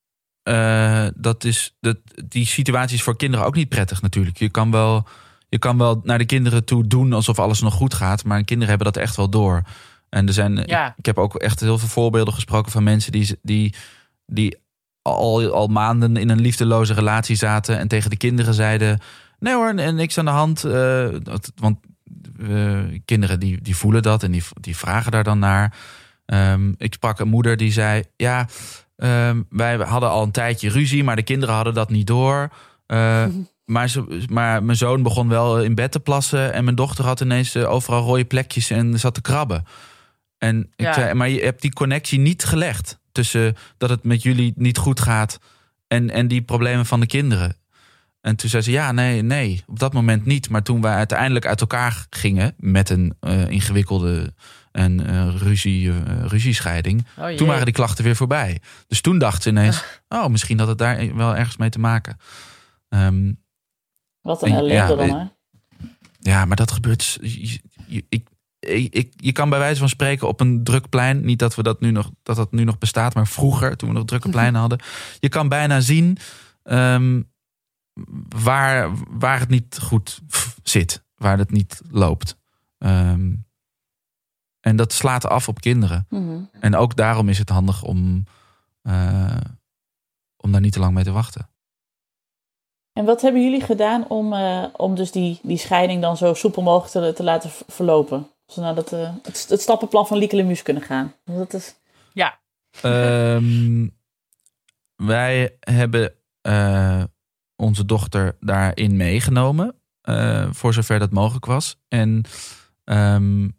B: uh, dat is, dat, die situatie is voor kinderen ook niet prettig natuurlijk. Je kan, wel, je kan wel naar de kinderen toe doen alsof alles nog goed gaat, maar kinderen hebben dat echt wel door. En er zijn, ja. ik, ik heb ook echt heel veel voorbeelden gesproken van mensen die, die, die al, al maanden in een liefdeloze relatie zaten en tegen de kinderen zeiden, nee hoor, en niks aan de hand. Uh, dat, want uh, kinderen die, die voelen dat en die, die vragen daar dan naar. Um, ik sprak een moeder die zei, ja, um, wij hadden al een tijdje ruzie, maar de kinderen hadden dat niet door. Uh, maar, ze, maar mijn zoon begon wel in bed te plassen en mijn dochter had ineens overal rode plekjes en zat te krabben. En ik ja. zei, maar je hebt die connectie niet gelegd tussen dat het met jullie niet goed gaat en, en die problemen van de kinderen. En toen zei ze, ja, nee, nee, op dat moment niet. Maar toen wij uiteindelijk uit elkaar gingen met een uh, ingewikkelde en uh, ruzie, uh, ruziescheiding, oh, toen waren die klachten weer voorbij. Dus toen dacht ze ineens, oh, misschien had het daar wel ergens mee te maken. Um,
C: Wat een ellende ja, dan, hè?
B: Ja, maar dat gebeurt. Je, je, ik, ik, je kan bij wijze van spreken op een druk plein, niet dat we dat nu nog, dat dat nu nog bestaat, maar vroeger, toen we nog drukke pleinen hadden, je kan bijna zien um, waar, waar het niet goed zit, waar het niet loopt. Um, en dat slaat af op kinderen. Mm-hmm. En ook daarom is het handig om, uh, om daar niet te lang mee te wachten.
C: En wat hebben jullie gedaan om, uh, om dus die, die scheiding dan zo soepel mogelijk te, te laten verlopen? Zodat uh, het, het stappenplan van Lieke Lemus kunnen gaan. Dat is...
D: Ja.
B: Um, wij hebben uh, onze dochter daarin meegenomen. Uh, voor zover dat mogelijk was. En um,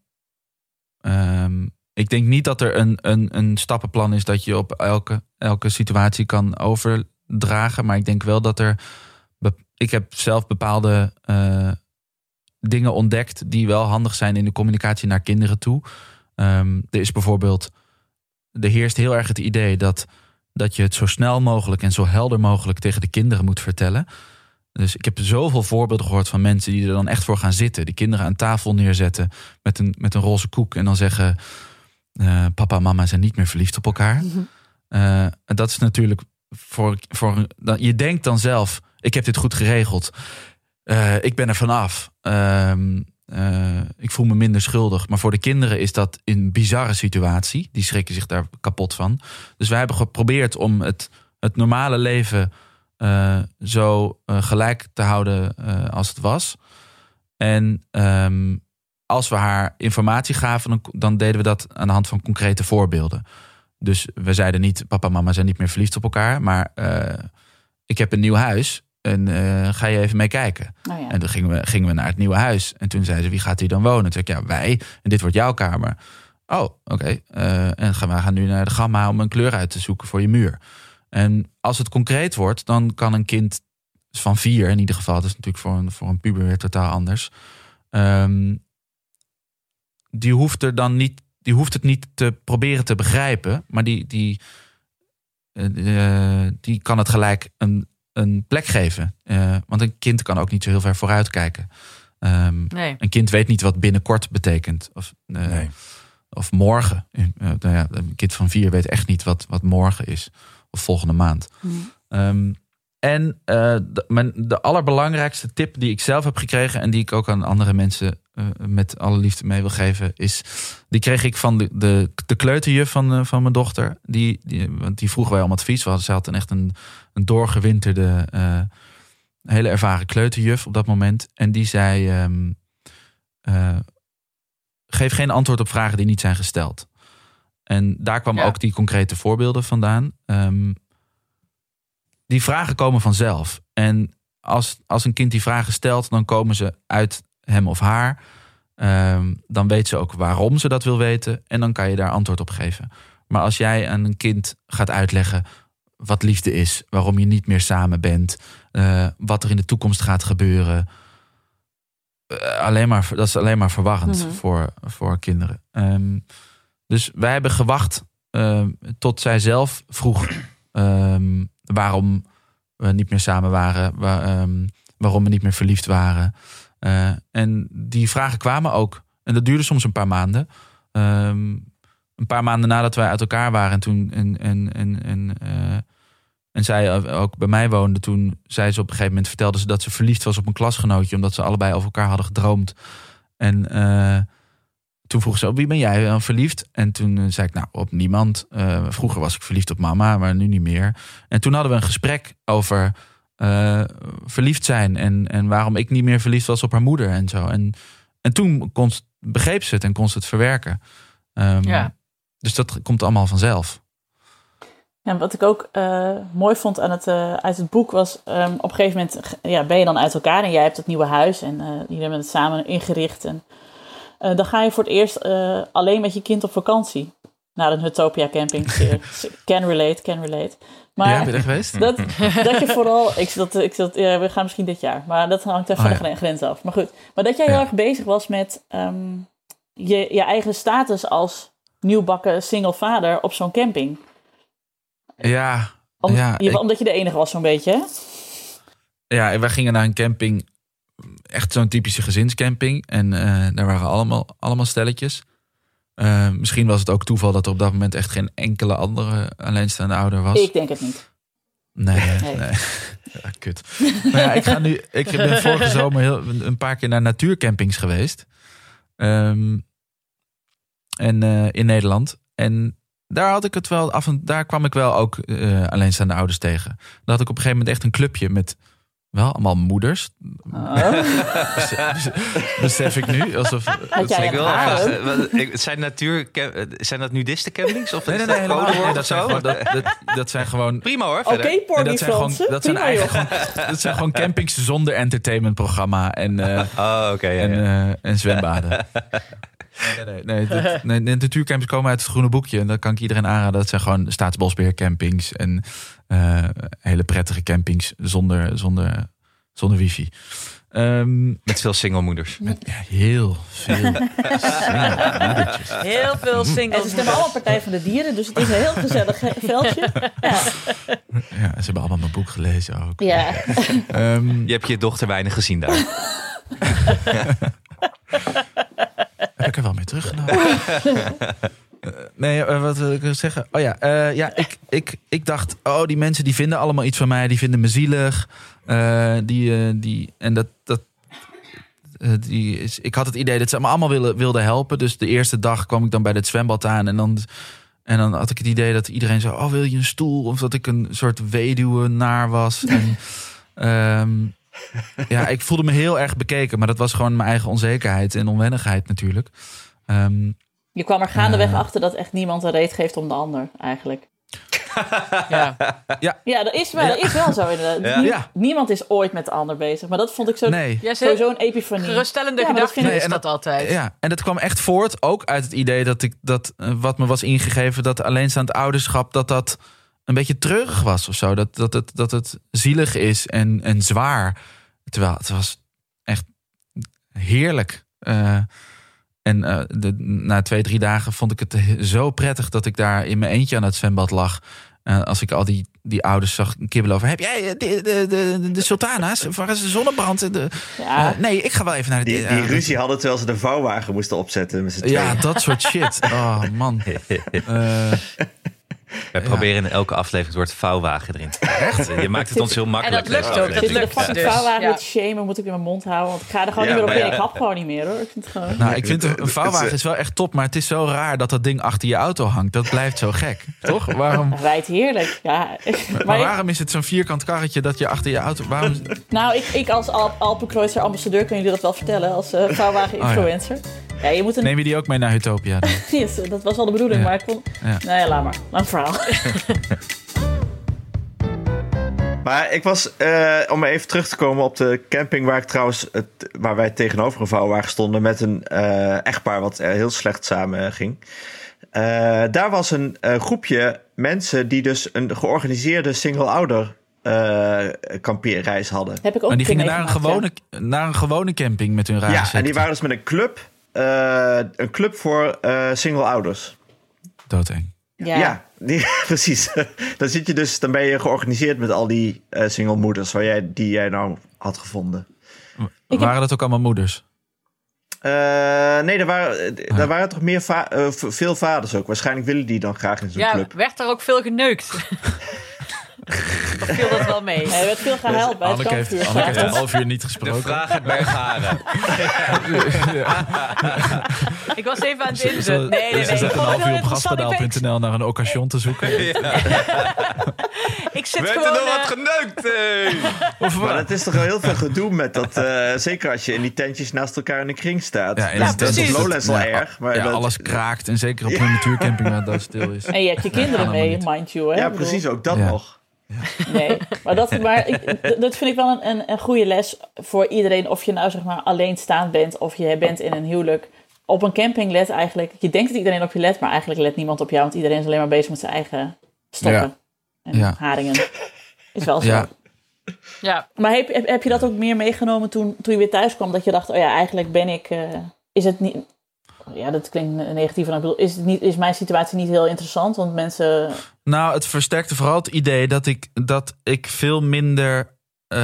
B: um, ik denk niet dat er een, een, een stappenplan is dat je op elke, elke situatie kan overdragen. Maar ik denk wel dat er... Ik heb zelf bepaalde uh, dingen ontdekt die wel handig zijn in de communicatie naar kinderen toe. Um, er is bijvoorbeeld, er heerst heel erg het idee dat, dat je het zo snel mogelijk en zo helder mogelijk tegen de kinderen moet vertellen. Dus ik heb zoveel voorbeelden gehoord van mensen die er dan echt voor gaan zitten. Die kinderen aan tafel neerzetten met een, met een roze koek en dan zeggen, uh, papa en mama zijn niet meer verliefd op elkaar. Mm-hmm. Uh, dat is natuurlijk voor, voor, je denkt dan zelf, ik heb dit goed geregeld. Uh, ik ben er vanaf. Uh, uh, ik voel me minder schuldig. Maar voor de kinderen is dat een bizarre situatie. Die schrikken zich daar kapot van. Dus wij hebben geprobeerd om het, het normale leven uh, zo uh, gelijk te houden uh, als het was. En um, als we haar informatie gaven, dan, dan deden we dat aan de hand van concrete voorbeelden. Dus we zeiden niet, papa en mama zijn niet meer verliefd op elkaar. Maar uh, ik heb een nieuw huis. En uh, ga je even mee kijken. Oh ja. En toen gingen we, gingen we naar het nieuwe huis. En toen zeiden ze, wie gaat hier dan wonen? Toen zei ik, ja, wij. En dit wordt jouw kamer. Oh, oké. Okay. Uh, en gaan we gaan nu naar de Gamma om een kleur uit te zoeken voor je muur. En als het concreet wordt, dan kan een kind van vier, in ieder geval, dat is natuurlijk voor een, voor een puber weer totaal anders. Um, die hoeft er dan niet, die hoeft het niet te proberen te begrijpen, maar die, die, uh, die kan het gelijk een een plek geven. Uh, want een kind kan ook niet zo heel ver vooruit kijken. Um,
D: nee.
B: Een kind weet niet wat binnenkort betekent. Of, uh, nee. of morgen. Uh, nou ja, een kind van vier weet echt niet wat, wat morgen is. Of volgende maand. Mm. Um, en uh, de, mijn, de allerbelangrijkste tip die ik zelf heb gekregen... en die ik ook aan andere mensen uh, met alle liefde mee wil geven... is, die kreeg ik van de, de, de kleuterjuf van, uh, van mijn dochter. Die, die, want die vroeg wij om advies. Ze had een echt een, een doorgewinterde... Uh, hele ervaren kleuterjuf op dat moment. En die zei... Um, uh, geef geen antwoord op vragen die niet zijn gesteld. En daar kwamen ja. ook die concrete voorbeelden vandaan. Um, die vragen komen vanzelf. En als, als een kind die vragen stelt... dan komen ze uit hem of haar. Um, dan weet ze ook waarom ze dat wil weten. En dan kan je daar antwoord op geven. Maar als jij aan een kind gaat uitleggen... wat liefde is, waarom je niet meer samen bent... Uh, wat er in de toekomst gaat gebeuren... Uh, alleen maar, dat is alleen maar verwarrend mm-hmm. voor, voor kinderen. Um, dus wij hebben gewacht uh, tot zij zelf vroeg... Um, waarom we niet meer samen waren... Waar, um, waarom we niet meer verliefd waren. Uh, en die vragen kwamen ook. En dat duurde soms een paar maanden... Um, een paar maanden nadat wij uit elkaar waren... en toen... En, en, en, en, uh, En zij ook bij mij woonde, toen zei ze op een gegeven moment... vertelde ze dat ze verliefd was op een klasgenootje... omdat ze allebei over elkaar hadden gedroomd. En uh, toen vroeg ze, op wie ben jij dan verliefd? En toen uh, zei ik, nou, op niemand. Uh, vroeger was ik verliefd op mama, maar nu niet meer. En toen hadden we een gesprek over uh, verliefd zijn... En, en waarom ik niet meer verliefd was op haar moeder en zo. En, en toen kon, begreep ze het en kon ze het verwerken. Um, ja. Dus dat komt allemaal vanzelf.
C: Ja, wat ik ook uh, mooi vond aan het, uh, uit het boek was... Um, op een gegeven moment ja, ben je dan uit elkaar... en jij hebt het nieuwe huis en uh, jullie hebben het samen ingericht. En uh, dan ga je voor het eerst uh, alleen met je kind op vakantie. Naar een Hutopia camping. Can relate, can relate. Maar
B: ja, ben je er geweest?
C: Dat, dat je vooral... Ik dat, ik dat, ja, we gaan misschien dit jaar. Maar dat hangt even oh, van de ja. grens af. Maar goed. Maar dat jij heel ja. erg bezig was met... Um, je, je eigen status als nieuwbakken single vader op zo'n camping...
B: Ja,
C: Om,
B: ja
C: je,
B: ik,
C: omdat je de enige was zo'n beetje, hè?
B: Ja, wij gingen naar een camping, echt zo'n typische gezinscamping. En uh, daar waren allemaal, allemaal stelletjes. Uh, misschien was het ook toeval dat er op dat moment echt geen enkele andere alleenstaande ouder was.
C: Ik denk het niet.
B: Nee, nee. nee. Ja, kut. Maar ja, ik, ga nu, ik ben vorige zomer heel, een paar keer naar natuurcampings geweest. Um, en uh, in Nederland. En... Daar had ik het wel af en daar kwam ik wel ook uh, alleenstaande ouders tegen. Daar had ik op een gegeven moment echt een clubje met wel allemaal moeders.
C: Oh.
B: besef, besef ik nu. Alsof,
C: Had jij een haar?
A: Zijn, natuur, zijn dat nudistencampings? Of
B: nee, nee, nee, nee, nee dat, zijn gewoon, dat, dat, dat zijn gewoon...
A: Prima hoor,
C: Oké, okay,
B: nee, dat zijn gewoon, dat zijn eigenlijk gewoon, dat zijn gewoon campings zonder entertainmentprogramma en, uh,
A: oh, okay, ja,
B: en,
A: ja.
B: Uh, en zwembaden. Nee, nee, nee. nee, nee de natuurcampings komen uit het groene boekje. En dat kan ik iedereen aanraden. Dat zijn gewoon staatsbosbeheercampings. En uh, hele prettige campings zonder, zonder, zonder wifi. Um,
A: met veel singlemoeders.
B: Met ja, heel veel singlemoedertjes.
D: Heel veel singles.
C: En ze stemmen allemaal Partij van de Dieren. Dus het is een heel gezellig veldje. Ja.
B: Ja, ze hebben allemaal mijn boek gelezen ook.
C: Ja.
B: Um,
A: je hebt je dochter weinig gezien daar.
B: Heb ik er wel mee teruggenomen. uh, nee, uh, wat wil ik zeggen? Oh ja, uh, ja ik, ik, ik dacht... Oh, die mensen die vinden allemaal iets van mij. Die vinden me zielig. Uh, die, uh, die, en dat... dat uh, die is, ik had het idee dat ze me allemaal willen, wilden helpen. Dus de eerste dag kwam ik dan bij het zwembad aan. En dan, en dan had ik het idee dat iedereen zo... Oh, wil je een stoel? Of dat ik een soort weduwenaar was. En... Um, ja, ik voelde me heel erg bekeken. Maar dat was gewoon mijn eigen onzekerheid en onwennigheid natuurlijk. Um,
C: je kwam er gaandeweg uh, achter dat echt niemand een reet geeft om de ander, eigenlijk.
D: Ja,
C: ja. ja dat, is wel, ja. dat is wel zo inderdaad.
B: Ja.
C: Nie-
B: ja.
C: Niemand is ooit met de ander bezig. Maar dat vond ik zo,
B: nee.
D: ja,
C: sowieso een epifanie.
D: Geruststellende
C: ja,
D: gedachte
C: nee,
D: is dat,
B: dat
D: altijd.
B: Ja, en dat kwam echt voort ook uit het idee dat ik dat uh, wat me was ingegeven... dat alleenstaand ouderschap, dat dat een beetje treurig was of zo. Dat, dat, het, dat het zielig is en, en zwaar. Terwijl het was echt heerlijk. Uh, en uh, de, na twee, drie dagen vond ik het zo prettig... dat ik daar in mijn eentje aan het zwembad lag. Uh, als ik al die, die ouders zag kibbelen over... heb jij de, de, de, de, de sultana's? Waar is de zonnebrand? De,
C: Ja.
B: uh, nee, ik ga wel even naar de...
E: Die, die
B: uh,
E: ruzie hadden terwijl ze de vouwwagen moesten opzetten. Met z'n tweeën.
B: Ja, dat soort shit. Oh, man. Uh,
A: Wij
B: Ja.
A: proberen in elke aflevering het woord vouwwagen erin te krijgen. Echt? Je maakt het ons heel makkelijk.
D: En dat lukt
A: deze
D: ook, dat
A: aflevering.
C: Zit je de
D: lukt
C: fucking
D: dus,
C: vouwwagen
D: ja.
C: te shamen, moet ik in mijn mond houden. Want ik ga er gewoon
E: Ja,
C: niet meer op
E: maar
C: in.
E: ja.
C: Ik hap gewoon niet meer hoor. Ik vind het gewoon...
B: nou, ik vind een, een
E: Het-
B: vouwwagen
E: het-
B: is wel echt top... maar het is zo raar dat dat ding achter je auto hangt. Dat blijft zo gek, toch? Waarom,
C: Hij rijdt heerlijk. Ja.
B: maar
C: Maar ik-
B: waarom is het zo'n vierkant karretje dat je achter je auto... Waarom,
C: nou, ik, ik als Al Alpenkreuzer ambassadeur kan jullie dat wel vertellen. Als uh, vouwwagen-influencer. ja. je moet een...
B: neem je die ook mee naar Utopia dan?
C: Yes, dat was wel de bedoeling,
B: Ja.
C: maar ik kon...
B: Ja.
C: Nou ja, laat maar. Lang verhaal.
E: Maar ik was, uh, om even terug te komen op de camping... waar ik trouwens, het, waar wij tegenover een vouwwagen stonden... met een uh, echtpaar wat uh, heel slecht samen ging. Uh, daar was een uh, groepje mensen... die dus een georganiseerde single-ouder uh, kampeerreis hadden.
C: Heb ik ook
B: Maar die
C: een keer
B: gingen naar een,
C: meegemaakt,
B: gewone, naar een gewone camping met hun
E: Ja,
B: raar
E: en die waren dus met een club. Uh, een club voor uh, single-ouders.
B: Doodeng.
C: Ja.
E: Ja, die, precies. Dan zit je dus, dan ben je georganiseerd met al die uh, single moeders waar jij, die jij nou had gevonden.
C: heb-
B: Waren dat ook allemaal moeders?
E: Uh, nee, er waren, er
B: Ja.
E: waren toch meer va- uh, v- veel vaders ook. Waarschijnlijk willen die dan graag in zo'n
D: Ja,
E: club.
D: werd er ook veel geneukt? Of viel dat wel mee?
C: Nee, er werd veel gehuild bij het
B: Anneke heeft,
C: kampvuur.
B: Anneke heeft een
C: s'avonds.
B: half uur niet
A: De
B: gesproken.
A: vraag uit Bergharen.
D: Ik was even aan het
B: Ze
D: inzetten. Nee, nee, nee.
B: ze
D: Ik
B: zet een
D: vond het
B: half
D: heel
B: uur op
D: interessant. Ik
B: gaspedaal punt n l naar een occasion te zoeken.
D: Ik zit
A: Werd er
D: gewoon...
A: nog wat
D: eh,
A: geneukt? Hey?
B: Of,
E: Maar het is toch wel heel veel gedoe met dat. Uh, zeker als je in die tentjes naast elkaar in een kring staat.
B: Ja, en
E: dat,
D: Ja,
E: dat is
D: precies.
E: op Lowlands al
B: Ja,
E: erg. Maar
B: ja,
E: dat-
B: alles kraakt. En zeker op een natuurcamping waar het doodstil is.
C: En je hebt je kinderen
B: Ja,
C: mee,
B: helemaal
C: mind you. Hè?
E: Ja,
C: Ik bedoel,
E: precies, ook dat
B: Ja.
E: nog.
C: Nee, maar, dat, maar ik, d- dat vind ik wel een, een, een goede les voor iedereen. Of je nou zeg maar alleenstaand bent of je bent in een huwelijk. Op een camping let eigenlijk... Je denkt dat iedereen op je let, maar eigenlijk let niemand op jou. Want iedereen is alleen maar bezig met zijn eigen stokken
B: Ja.
C: en
B: Ja.
C: haringen. Is wel zo.
B: Ja.
D: Ja,
C: Maar heb, heb, heb je dat ook meer meegenomen toen, toen je weer thuis kwam? Dat je dacht, oh ja, eigenlijk ben ik... Uh, is het niet... Ja, dat klinkt negatief. Maar ik bedoel, is, het niet, is mijn situatie niet heel interessant? Want mensen...
B: Nou, het versterkte vooral het idee dat ik, dat ik veel minder uh,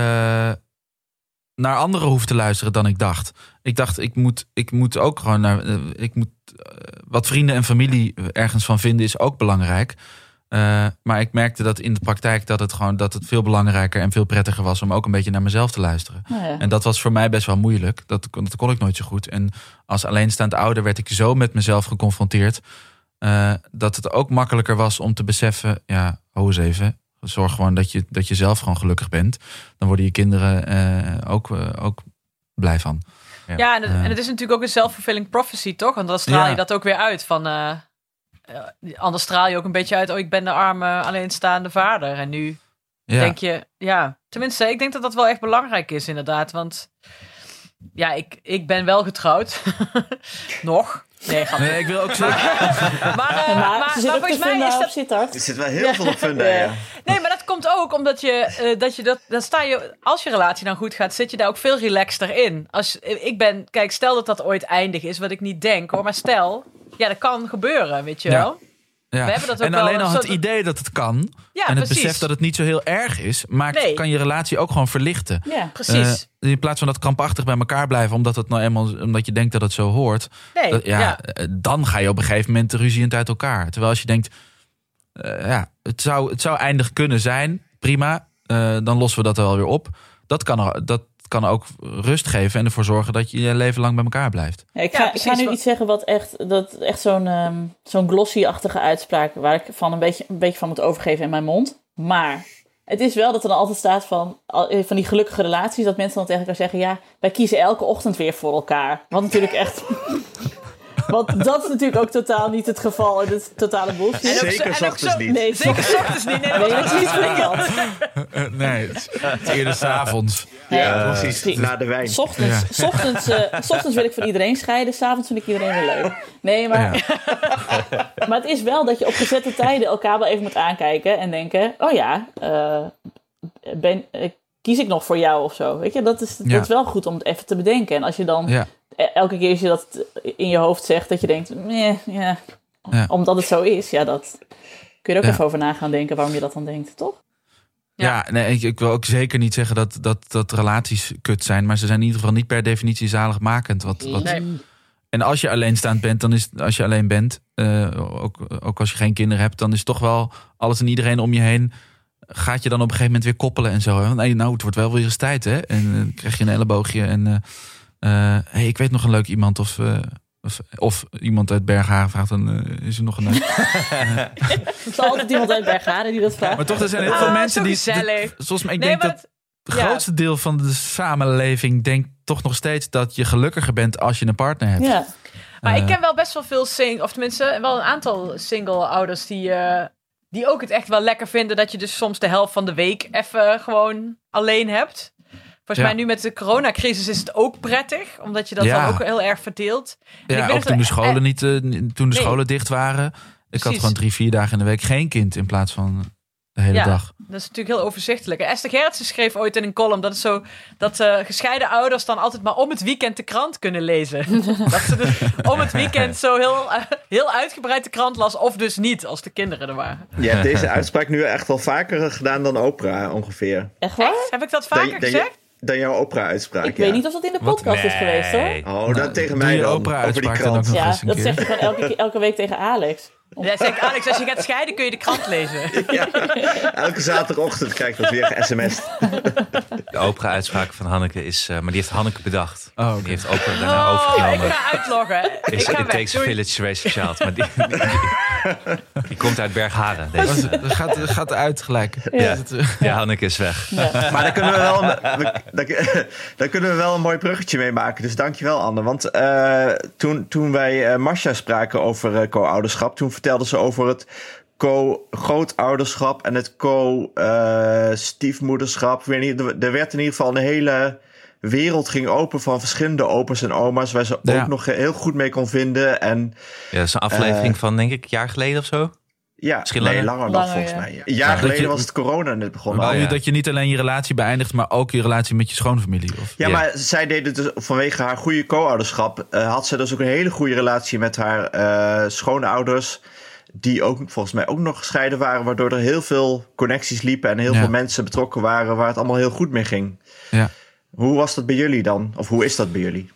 B: naar anderen hoef te luisteren dan ik dacht. Ik dacht, ik moet, ik moet ook gewoon naar... Uh, ik moet, uh, wat vrienden en familie ergens van vinden is ook belangrijk. Uh, maar ik merkte dat in de praktijk dat het gewoon dat het veel belangrijker en veel prettiger was om ook een beetje naar mezelf te luisteren.
C: Nou ja.
B: En dat was voor mij best wel moeilijk. Dat, dat kon ik nooit zo goed. En als alleenstaand ouder werd ik zo met mezelf geconfronteerd, uh, dat het ook makkelijker was om te beseffen, ja, ho eens even, zorg gewoon dat je, dat je zelf gewoon gelukkig bent. Dan worden je kinderen uh, ook, uh, ook blij van.
A: Ja,
D: ja en, het,
B: Ja.
D: en het is natuurlijk ook een self-fulfilling prophecy, toch? Want dan straal je
B: Ja.
D: dat ook weer uit van... Uh, uh, anders straal je ook een beetje uit, oh, ik ben de arme, alleenstaande vader. En nu
B: Ja.
D: denk je, ja... Tenminste, ik denk dat dat wel echt belangrijk is, inderdaad. Want ja, ik, ik ben wel getrouwd. Nog. Nee, grapje.
B: Nee, ik wil ook zeggen.
D: Maar, uh,
C: Maar,
D: maar,
C: ze zit
D: maar
C: ook te
D: volgens mij
C: vinden
D: is
C: op
D: dat...
C: Sittard.
E: Er zit wel heel veel op funda, ja.
C: Ja.
D: Nee, maar dat komt ook omdat je, uh, dat je dat, dan sta je, als je relatie dan goed gaat, zit je daar ook veel relaxter in. Als, ik ben, kijk, stel dat dat ooit eindig is, wat ik niet denk hoor, maar stel, ja, dat kan gebeuren, weet je
B: Ja.
D: wel.
B: Ja.
D: We hebben dat ook
B: en
D: wel
B: alleen
D: een
B: al het
D: soort-
B: idee dat het kan
D: Ja,
B: en het
D: precies.
B: besef dat het niet zo heel erg is, maakt,
D: Nee.
B: kan je relatie ook gewoon verlichten.
C: Ja.
D: Precies.
B: Uh, in plaats van dat krampachtig bij elkaar blijven, omdat het nou eenmaal, omdat je denkt dat het zo hoort.
D: nee,
B: Dat, ja,
D: ja.
B: uh, dan ga je op een gegeven moment ruziend uit elkaar. Terwijl als je denkt, uh, ja, het zou, het zou eindig kunnen zijn, prima, uh, dan lossen we dat er wel weer op. Dat kan, er, dat kan ook rust geven en ervoor zorgen dat je je leven lang bij elkaar blijft.
C: Ja, ik,
D: Ja,
C: ga, ik
D: precies,
C: ga nu
D: wat-
C: iets zeggen wat echt, dat, echt zo'n, um, zo'n glossy-achtige uitspraak, waar ik van een beetje, een beetje van moet overgeven in mijn mond. Maar het is wel dat er dan altijd staat van, al- van die gelukkige relaties, dat mensen dan tegen elkaar zeggen, ja, wij kiezen elke ochtend weer voor elkaar. Wat natuurlijk echt... Want dat is natuurlijk ook totaal niet het geval. En het is totale bullshit.
D: En ook zo-
E: Zeker
D: en ook
E: ochtends
D: zo-
E: niet.
C: Nee,
D: Zeker 's ochtends niet. Nee, dat
C: Nee,
D: was
C: dat is niet verteld.
B: Uh, nee, het is, het is eerder 's avonds.
E: Ja,
C: Nee,
E: precies.
C: precies.
E: Na de wijn.
C: 's ochtends, 's ochtends, uh, 's ochtends wil ik van iedereen scheiden. 's avonds vind ik iedereen weer leuk. Nee, maar,
B: Ja.
C: maar het is wel dat je op gezette tijden elkaar wel even moet aankijken. En denken, oh ja, uh, ben, uh, kies ik nog voor jou of zo. Weet je, dat is,
B: Ja.
C: dat is wel goed om het even te bedenken. En als je dan
B: Ja.
C: elke keer als je dat in je hoofd zegt, dat je denkt, nee, ja,
B: Ja.
C: omdat het zo is. Ja, dat, kun je er ook
B: Ja.
C: even over na gaan denken waarom je dat dan denkt, toch?
B: Ja,
D: Ja.
B: nee, ik, ik wil ook zeker niet zeggen dat, dat, dat relaties kut zijn. Maar ze zijn in ieder geval niet per definitie zaligmakend. Wat, wat,
D: Nee.
B: En als je alleenstaand bent, dan is als je alleen bent, uh, ook, ook als je geen kinderen hebt, dan is toch wel alles en iedereen om je heen. Gaat je dan op een gegeven moment weer koppelen en zo. Hè? Nee, nou, het wordt wel weer eens tijd, hè? En uh, dan krijg je een elleboogje en uh, uh, hey, ik weet nog een leuk iemand of. Uh, Of, of iemand uit Bergharen vraagt, dan uh, is er nog een... Uh,
C: Er is altijd iemand uit Bergharen die dat vraagt.
B: maar toch, er zijn heel
D: Ah,
B: veel
D: zo
B: mensen die...
D: gezellig.
B: De, zoals, ik
D: Nee,
B: denk
D: maar
B: dat
D: het-
B: het
D: ja.
B: grootste deel van de samenleving denkt toch nog steeds dat je gelukkiger bent als je een partner hebt.
C: Ja.
D: Maar ik
B: Eh.
D: ken wel best wel veel single, of tenminste wel een aantal single ouders die, uh, die ook het echt wel lekker vinden dat je dus soms de helft van de week even gewoon alleen hebt. Volgens
B: Ja.
D: mij nu met de coronacrisis is het ook prettig, omdat je dat
B: Ja.
D: dan ook heel erg verdeelt. En ik
B: Ja,
D: weet
B: ook
D: dat
B: toen de
D: er-
B: scholen,
D: eh,
B: niet, uh, toen de
D: Nee.
B: scholen dicht waren. Ik had
D: Precies.
B: gewoon drie, vier dagen in de week geen kind in plaats van de hele
D: Ja.
B: dag.
D: Dat is natuurlijk heel overzichtelijk. En Esther Gerritsen schreef ooit in een column dat het zo dat uh, gescheiden ouders dan altijd maar om het weekend de krant kunnen lezen. Dat ze dus om het weekend zo heel, uh, heel uitgebreid de krant las, of dus niet, als de kinderen er waren.
E: Je hebt deze uitspraak nu echt wel vaker gedaan dan Oprah ongeveer.
C: Echt waar?
D: Heb ik dat vaker
E: Dan- dan-
D: gezegd?
E: Dan jouw Oprah-uitspraak,
C: Ik
E: ja.
C: weet niet of dat in de podcast is geweest, hoor.
E: Oh,
B: Nou,
E: dat tegen
B: doe
E: mij
B: je
E: dan, over die
B: Oprah-uitspraak dan
E: krant.
B: ook nog
C: Ja,
B: eens een
C: dat
B: keer.
C: zeg je gewoon elke, elke week tegen Alex.
D: Ja, zeg ik, Alex, als je gaat scheiden kun je de krant lezen.
E: Ja, elke zaterdagochtend krijg ik dat weer ge-sms'd.
A: De Oprah-uitspraak van Hanneke is... uh, maar die heeft Hanneke bedacht.
B: Oh, oké.
A: Die heeft Oprah daarna
D: Oh, ik
A: overgenomen.
D: ga uitloggen. Ik
A: Is,
D: ga
A: it
D: weg.
A: takes a
D: Doei.
A: village to raise a child. Maar die, die, die komt uit Bergharen. Deze.
B: Dat gaat, dat gaat uit gelijk.
A: Ja.
B: Dat, uh,
A: Ja, Hanneke is weg.
C: Ja.
E: Maar daar kunnen, we wel een, we- daar, daar kunnen we wel een mooi bruggetje mee maken. Dus dankjewel, Anne. Want uh, toen, toen wij uh, Marcia spraken over uh, co-ouderschap... toen vertelde ze over het co-grootouderschap en het co-stiefmoederschap. Uh, er werd in ieder geval een hele wereld ging open van verschillende opa's en oma's... waar ze
B: Ja.
E: ook nog heel goed mee kon vinden. En
A: Ja, dat is een aflevering
E: Uh,
A: van, denk ik, een jaar geleden of zo.
E: ja,
A: Misschien
E: nee,
A: langer?
E: langer nog
C: Langer,
E: volgens
C: ja.
E: mij. Ja. Een jaar
B: Ja, dat
E: geleden
B: je-
E: was het corona net begonnen.
B: wou
A: Oh,
B: je
A: ja.
B: dat je niet alleen je relatie beëindigt, maar ook je relatie met je schoonfamilie? Of?
E: Ja,
A: Ja.
E: maar zij deed het dus vanwege haar goede co-ouderschap. Uh, had ze dus ook een hele goede relatie met haar uh, schoonouders. Die ook volgens mij ook nog gescheiden waren. Waardoor er heel veel connecties liepen. En heel
B: Ja.
E: veel mensen betrokken waren. Waar het allemaal heel goed mee ging.
B: Ja.
E: Hoe was dat bij jullie dan? Of hoe is dat bij jullie?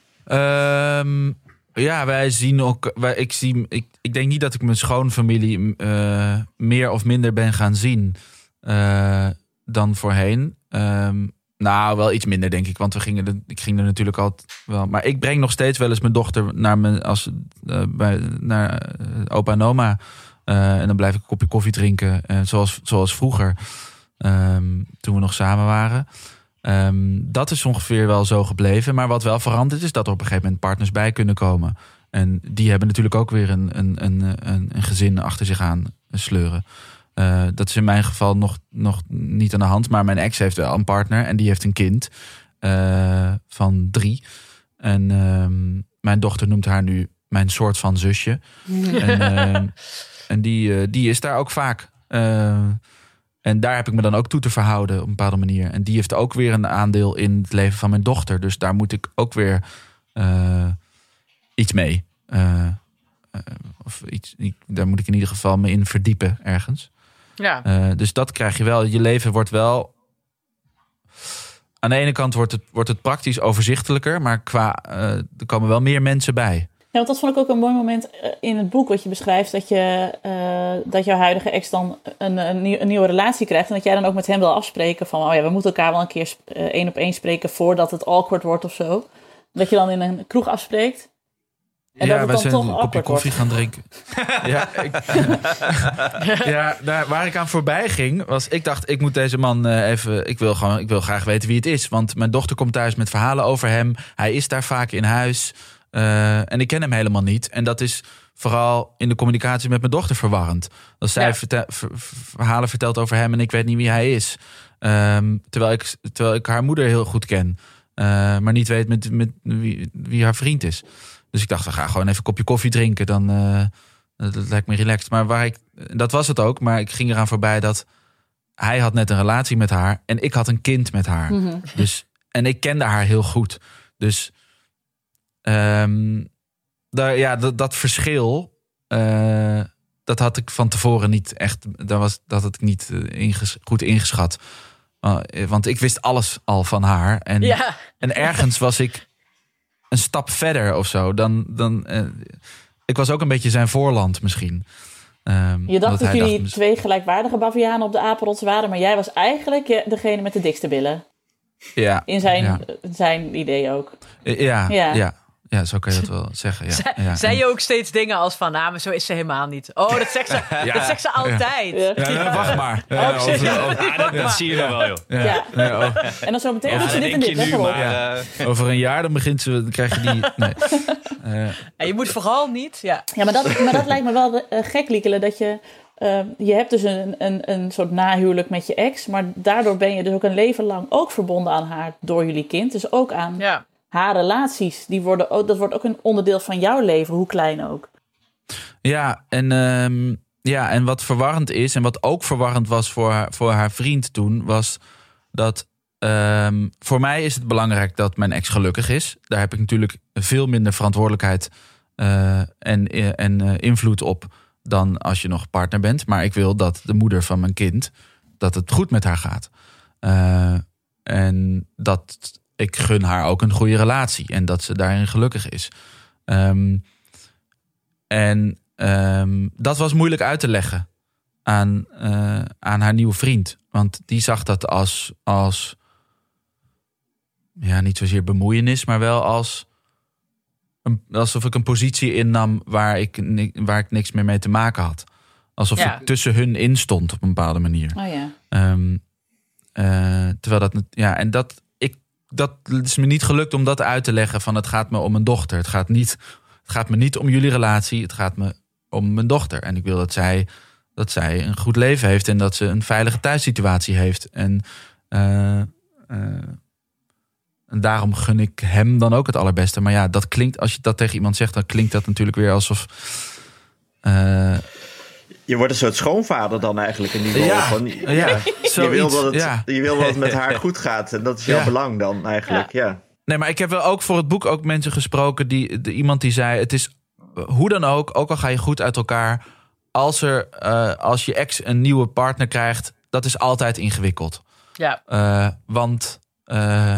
B: Um, ja, wij zien ook. Wij, ik, zie, ik, ik denk niet dat ik mijn schoonfamilie uh, meer of minder ben gaan zien uh, dan voorheen. Um, nou, wel iets minder, denk ik. Want we gingen de, ik ging er natuurlijk altijd wel. Maar ik breng nog steeds wel eens mijn dochter naar, mijn, als, uh, bij, naar uh, opa en oma. Uh, en dan blijf ik een kopje koffie drinken. Uh, zoals, zoals vroeger. Um, toen we nog samen waren. Um, dat is ongeveer wel zo gebleven. Maar wat wel veranderd is, dat er op een gegeven moment partners bij kunnen komen. En die hebben natuurlijk ook weer een, een, een, een, een gezin achter zich aan sleuren. Uh, dat is in mijn geval nog, nog niet aan de hand. Maar mijn ex heeft wel een partner en die heeft een kind uh, van drie. En um, mijn dochter noemt haar nu mijn soort van zusje. en uh, en die, uh, die is daar ook vaak. Uh, En daar heb ik me dan ook toe te verhouden op een bepaalde manier. En die heeft ook weer een aandeel in het leven van mijn dochter. Dus daar moet ik ook weer uh, iets mee. Uh, uh, of iets, ik, daar moet ik in ieder geval me in verdiepen ergens.
D: Ja.
B: Uh, dus dat krijg je wel. Je leven wordt wel... Aan de ene kant wordt het, wordt het praktisch overzichtelijker. Maar qua, uh, er komen wel meer mensen bij.
C: Ja, want dat vond ik ook een mooi moment in het boek wat je beschrijft. Dat, je, uh, dat jouw huidige ex dan een, een, nieuw, een nieuwe relatie krijgt. En dat jij dan ook met hem wil afspreken van... oh ja, we moeten elkaar wel een keer uh, één op één spreken voordat het awkward wordt of zo. Dat je dan in een kroeg afspreekt. En
B: ja,
C: dat
B: wij
C: het dan
B: zijn
C: toch
B: een kopje
C: awkward
B: koffie
C: wordt.
B: gaan drinken. ja, ik, ja daar, waar ik aan voorbij ging, was ik dacht, ik moet deze man uh, even... Ik wil, gewoon, ik wil graag weten wie het is. Want mijn dochter komt thuis met verhalen over hem. Hij is daar vaak in huis... Uh, en ik ken hem helemaal niet. En dat is vooral in de communicatie met mijn dochter verwarrend. Als zij
D: Ja.
B: vertel, ver, verhalen vertelt over hem en ik weet niet wie hij is. Um, terwijl, ik, terwijl ik haar moeder heel goed ken. Uh, maar niet weet met, met wie, wie haar vriend is. Dus ik dacht, we gaan gewoon even een kopje koffie drinken. Dan uh, dat lijkt me relaxed. Maar waar ik, dat was het ook. Maar ik ging eraan voorbij dat hij had net een relatie met haar. En ik had een kind met haar.
C: Mm-hmm.
B: Dus, en ik kende haar heel goed. Dus... Um, daar, ja, dat, dat verschil, uh, dat had ik van tevoren niet echt... Dat, was, dat had ik niet uh, inges, goed ingeschat. Uh, want ik wist alles al van haar. En,
D: Ja.
B: en ergens was ik een stap verder of zo. Dan, dan, uh, ik was ook een beetje zijn voorland misschien. Um,
C: Je dacht dat
B: hij
C: jullie
B: dacht,
C: twee gelijkwaardige bavianen op de apenrots waren... maar jij was eigenlijk degene met de dikste billen.
B: Ja,
C: In zijn,
B: ja.
C: zijn idee ook.
B: Ja, ja.
C: Ja.
B: ja. Ja, zo kan je dat wel zeggen. Ja.
D: Zei,
B: ja.
D: zei je ook steeds dingen als van, nou, maar zo is ze helemaal niet. Oh, dat zegt ze,
B: Ja.
D: dat zegt ze altijd.
C: Ja.
B: Ja, ja, wacht maar. Ja,
D: Oh,
B: over-
D: ja.
B: over-
A: Ja, dat, dat zie je nog wel, joh.
B: ja.
C: Ja.
B: Nee, oh.
C: En dan zo meteen
A: Ja,
C: doet ze
A: dat
C: dit en
A: denk
C: dit.
A: je
C: Let
A: nu,
C: maar op.
A: maar... eh,
B: Over een jaar dan begint ze, dan krijg je die... Nee. Uh,
D: En je moet vooral niet, ja.
C: Ja, maar dat, maar dat lijkt me wel uh, gek, Liekele, dat je... Uh, je hebt dus een, een, een soort nahuwelijk met je ex... maar daardoor ben je dus ook een leven lang ook verbonden aan haar door jullie kind. Dus ook aan
D: Ja,
C: haar relaties. Die worden ook, dat wordt ook een onderdeel van jouw leven, hoe klein ook.
B: ja, en, um, ja, en wat verwarrend is... en wat ook verwarrend was voor haar, voor haar vriend toen... was dat... Um, voor mij is het belangrijk dat mijn ex gelukkig is. Daar heb ik natuurlijk veel minder verantwoordelijkheid... Uh, en, en uh, invloed op... dan als je nog partner bent. Maar ik wil dat de moeder van mijn kind... dat het goed met haar gaat. Uh, en dat ik gun haar ook een goede relatie. En dat ze daarin gelukkig is. Um, en um, dat was moeilijk uit te leggen... aan, uh, aan haar nieuwe vriend. Want die zag dat als... als ja, niet zozeer bemoeienis... maar wel als... alsof ik een positie innam waar ik, waar ik niks meer mee te maken had. Alsof
D: Ja.
B: ik tussen hun in stond op een bepaalde manier.
C: Oh ja.
B: Um, uh, terwijl dat... Ja, en dat, ik, dat is me niet gelukt om dat uit te leggen van... het gaat me om een dochter. Het gaat, niet, het gaat me niet om jullie relatie. Het gaat me om mijn dochter. En ik wil dat zij, dat zij een goed leven heeft... en dat ze een veilige thuissituatie heeft. En... Uh, uh, En daarom gun ik hem dan ook het allerbeste. Maar ja, dat klinkt, als je dat tegen iemand zegt... dan klinkt dat natuurlijk weer alsof... Uh...
E: Je wordt een soort schoonvader dan eigenlijk in die rol.
B: Ja,
E: van,
B: ja,
E: je, wil dat het,
B: ja.
E: je wil dat het met haar goed gaat. En dat is jouw
B: Ja.
E: belang dan eigenlijk. Ja. Ja.
B: Nee, maar ik heb wel ook voor het boek ook mensen gesproken... die de, iemand die zei, het is hoe dan ook... ook al ga je goed uit elkaar... als, er, uh, als je ex een nieuwe partner krijgt... dat is altijd ingewikkeld.
D: ja.
B: Uh, want... Uh,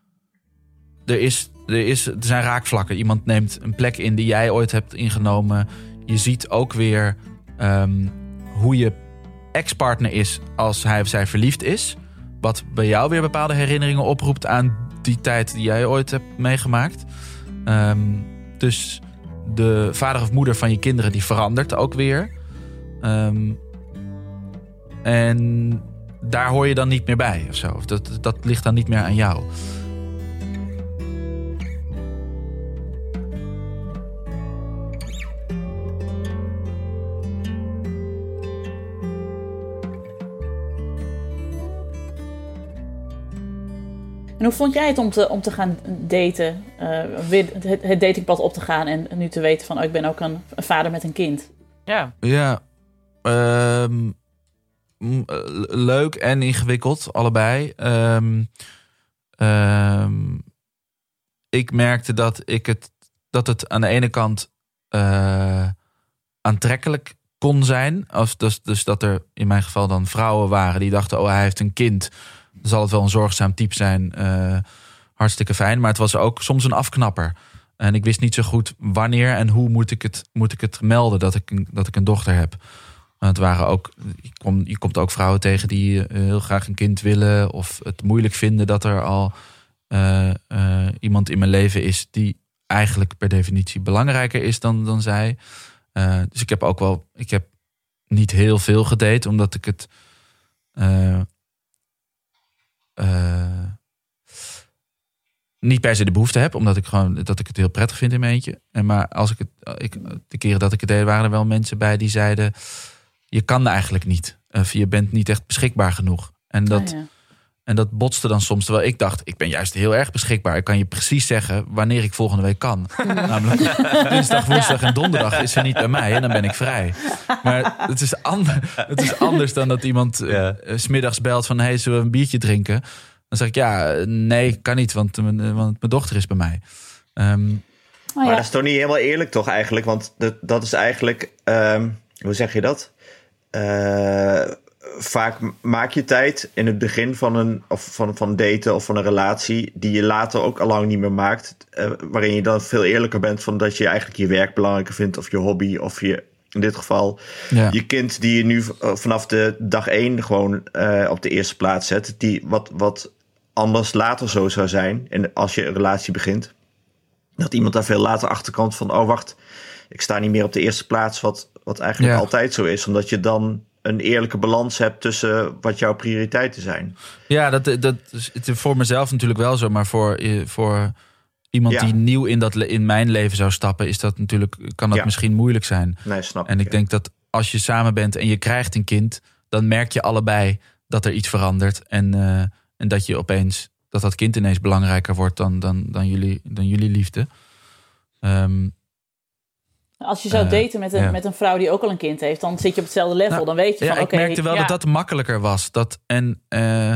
B: Er, is, er, is, er zijn raakvlakken. Iemand neemt een plek in die jij ooit hebt ingenomen. Je ziet ook weer um, hoe je ex-partner is als hij of zij verliefd is. Wat bij jou weer bepaalde herinneringen oproept aan die tijd die jij ooit hebt meegemaakt. Um, dus de vader of moeder van je kinderen die verandert ook weer. Um, en daar hoor je dan niet meer bij of zo. Of dat, dat ligt dan niet meer aan jou.
C: En hoe vond jij het om te, om te gaan daten? Uh, weer het, het datingpad op te gaan en nu te weten van... oh, ik ben ook een, een vader met een kind.
D: Ja.
B: Ja. Um, leuk en ingewikkeld, allebei. Um, um, ik merkte dat, ik het, dat het aan de ene kant uh, aantrekkelijk kon zijn. Als, dus, dus dat er in mijn geval dan vrouwen waren die dachten... oh, hij heeft een kind... Dan zal het wel een zorgzaam type zijn. Uh, hartstikke fijn. Maar het was ook soms een afknapper. En ik wist niet zo goed wanneer en hoe moet ik het, moet ik het melden dat ik, een, dat ik een dochter heb. Uh, het waren ook, je, kom, je komt ook vrouwen tegen die uh, heel graag een kind willen. Of het moeilijk vinden dat er al uh, uh, iemand in mijn leven is... die eigenlijk per definitie belangrijker is dan, dan zij. Uh, dus ik heb ook wel... Ik heb niet heel veel gedate, omdat ik het... Uh, Uh, niet per se de behoefte heb, omdat ik gewoon dat ik het heel prettig vind in mijn eentje. En maar als ik het, ik, de keren dat ik het deed, waren er wel mensen bij die zeiden: je kan eigenlijk niet, of je bent niet echt beschikbaar genoeg. En dat,
C: Oh ja.
B: en dat botste dan soms. Terwijl ik dacht, ik ben juist heel erg beschikbaar. Ik kan je precies zeggen wanneer ik volgende week kan. Namelijk dinsdag, woensdag en donderdag is er niet bij mij en dan ben ik vrij. Maar het is, ander, het is anders dan dat iemand
A: Ja.
B: uh, 's middags belt van: hey, zullen we een biertje drinken? Dan zeg ik ja, nee, kan niet, want, uh, want mijn dochter is bij mij. Um,
C: Oh,
E: Maar
C: ja.
E: dat is toch niet helemaal eerlijk toch eigenlijk? Want dat, dat is eigenlijk... Um, hoe zeg je dat? Uh, vaak maak je tijd in het begin van een, of van, van daten of van een relatie die je later ook al lang niet meer maakt. Uh, waarin je dan veel eerlijker bent van dat je eigenlijk je werk belangrijker vindt of je hobby of je, in dit geval, ja. je kind die je nu vanaf de dag één gewoon uh, op de eerste plaats zet. Die wat, wat anders later zo zou zijn. En als je een relatie begint, dat iemand daar veel later achterkomt van, oh wacht, ik sta niet meer op de eerste plaats, wat, wat eigenlijk ja. altijd zo is. Omdat je dan een eerlijke balans hebt tussen wat jouw prioriteiten zijn.
B: Ja, dat, dat is voor mezelf natuurlijk wel zo, maar voor, voor iemand ja. die nieuw in, dat, in mijn leven zou stappen, is dat natuurlijk, kan dat ja. misschien moeilijk zijn.
E: Nee, snap
B: en ik
E: ja.
B: denk dat als je samen bent en je krijgt een kind, dan merk je allebei dat er iets verandert. En, uh, en dat je opeens, dat dat kind ineens belangrijker wordt dan, dan, dan, jullie, dan jullie liefde. Um,
C: Als je zou daten met een, uh, ja. met een vrouw die ook al een kind heeft, dan zit je op hetzelfde level. Nou, dan weet je
B: ja,
C: van,
B: oké.
C: Okay,
B: ik merkte wel
C: ja.
B: dat dat makkelijker was. Dat, en uh,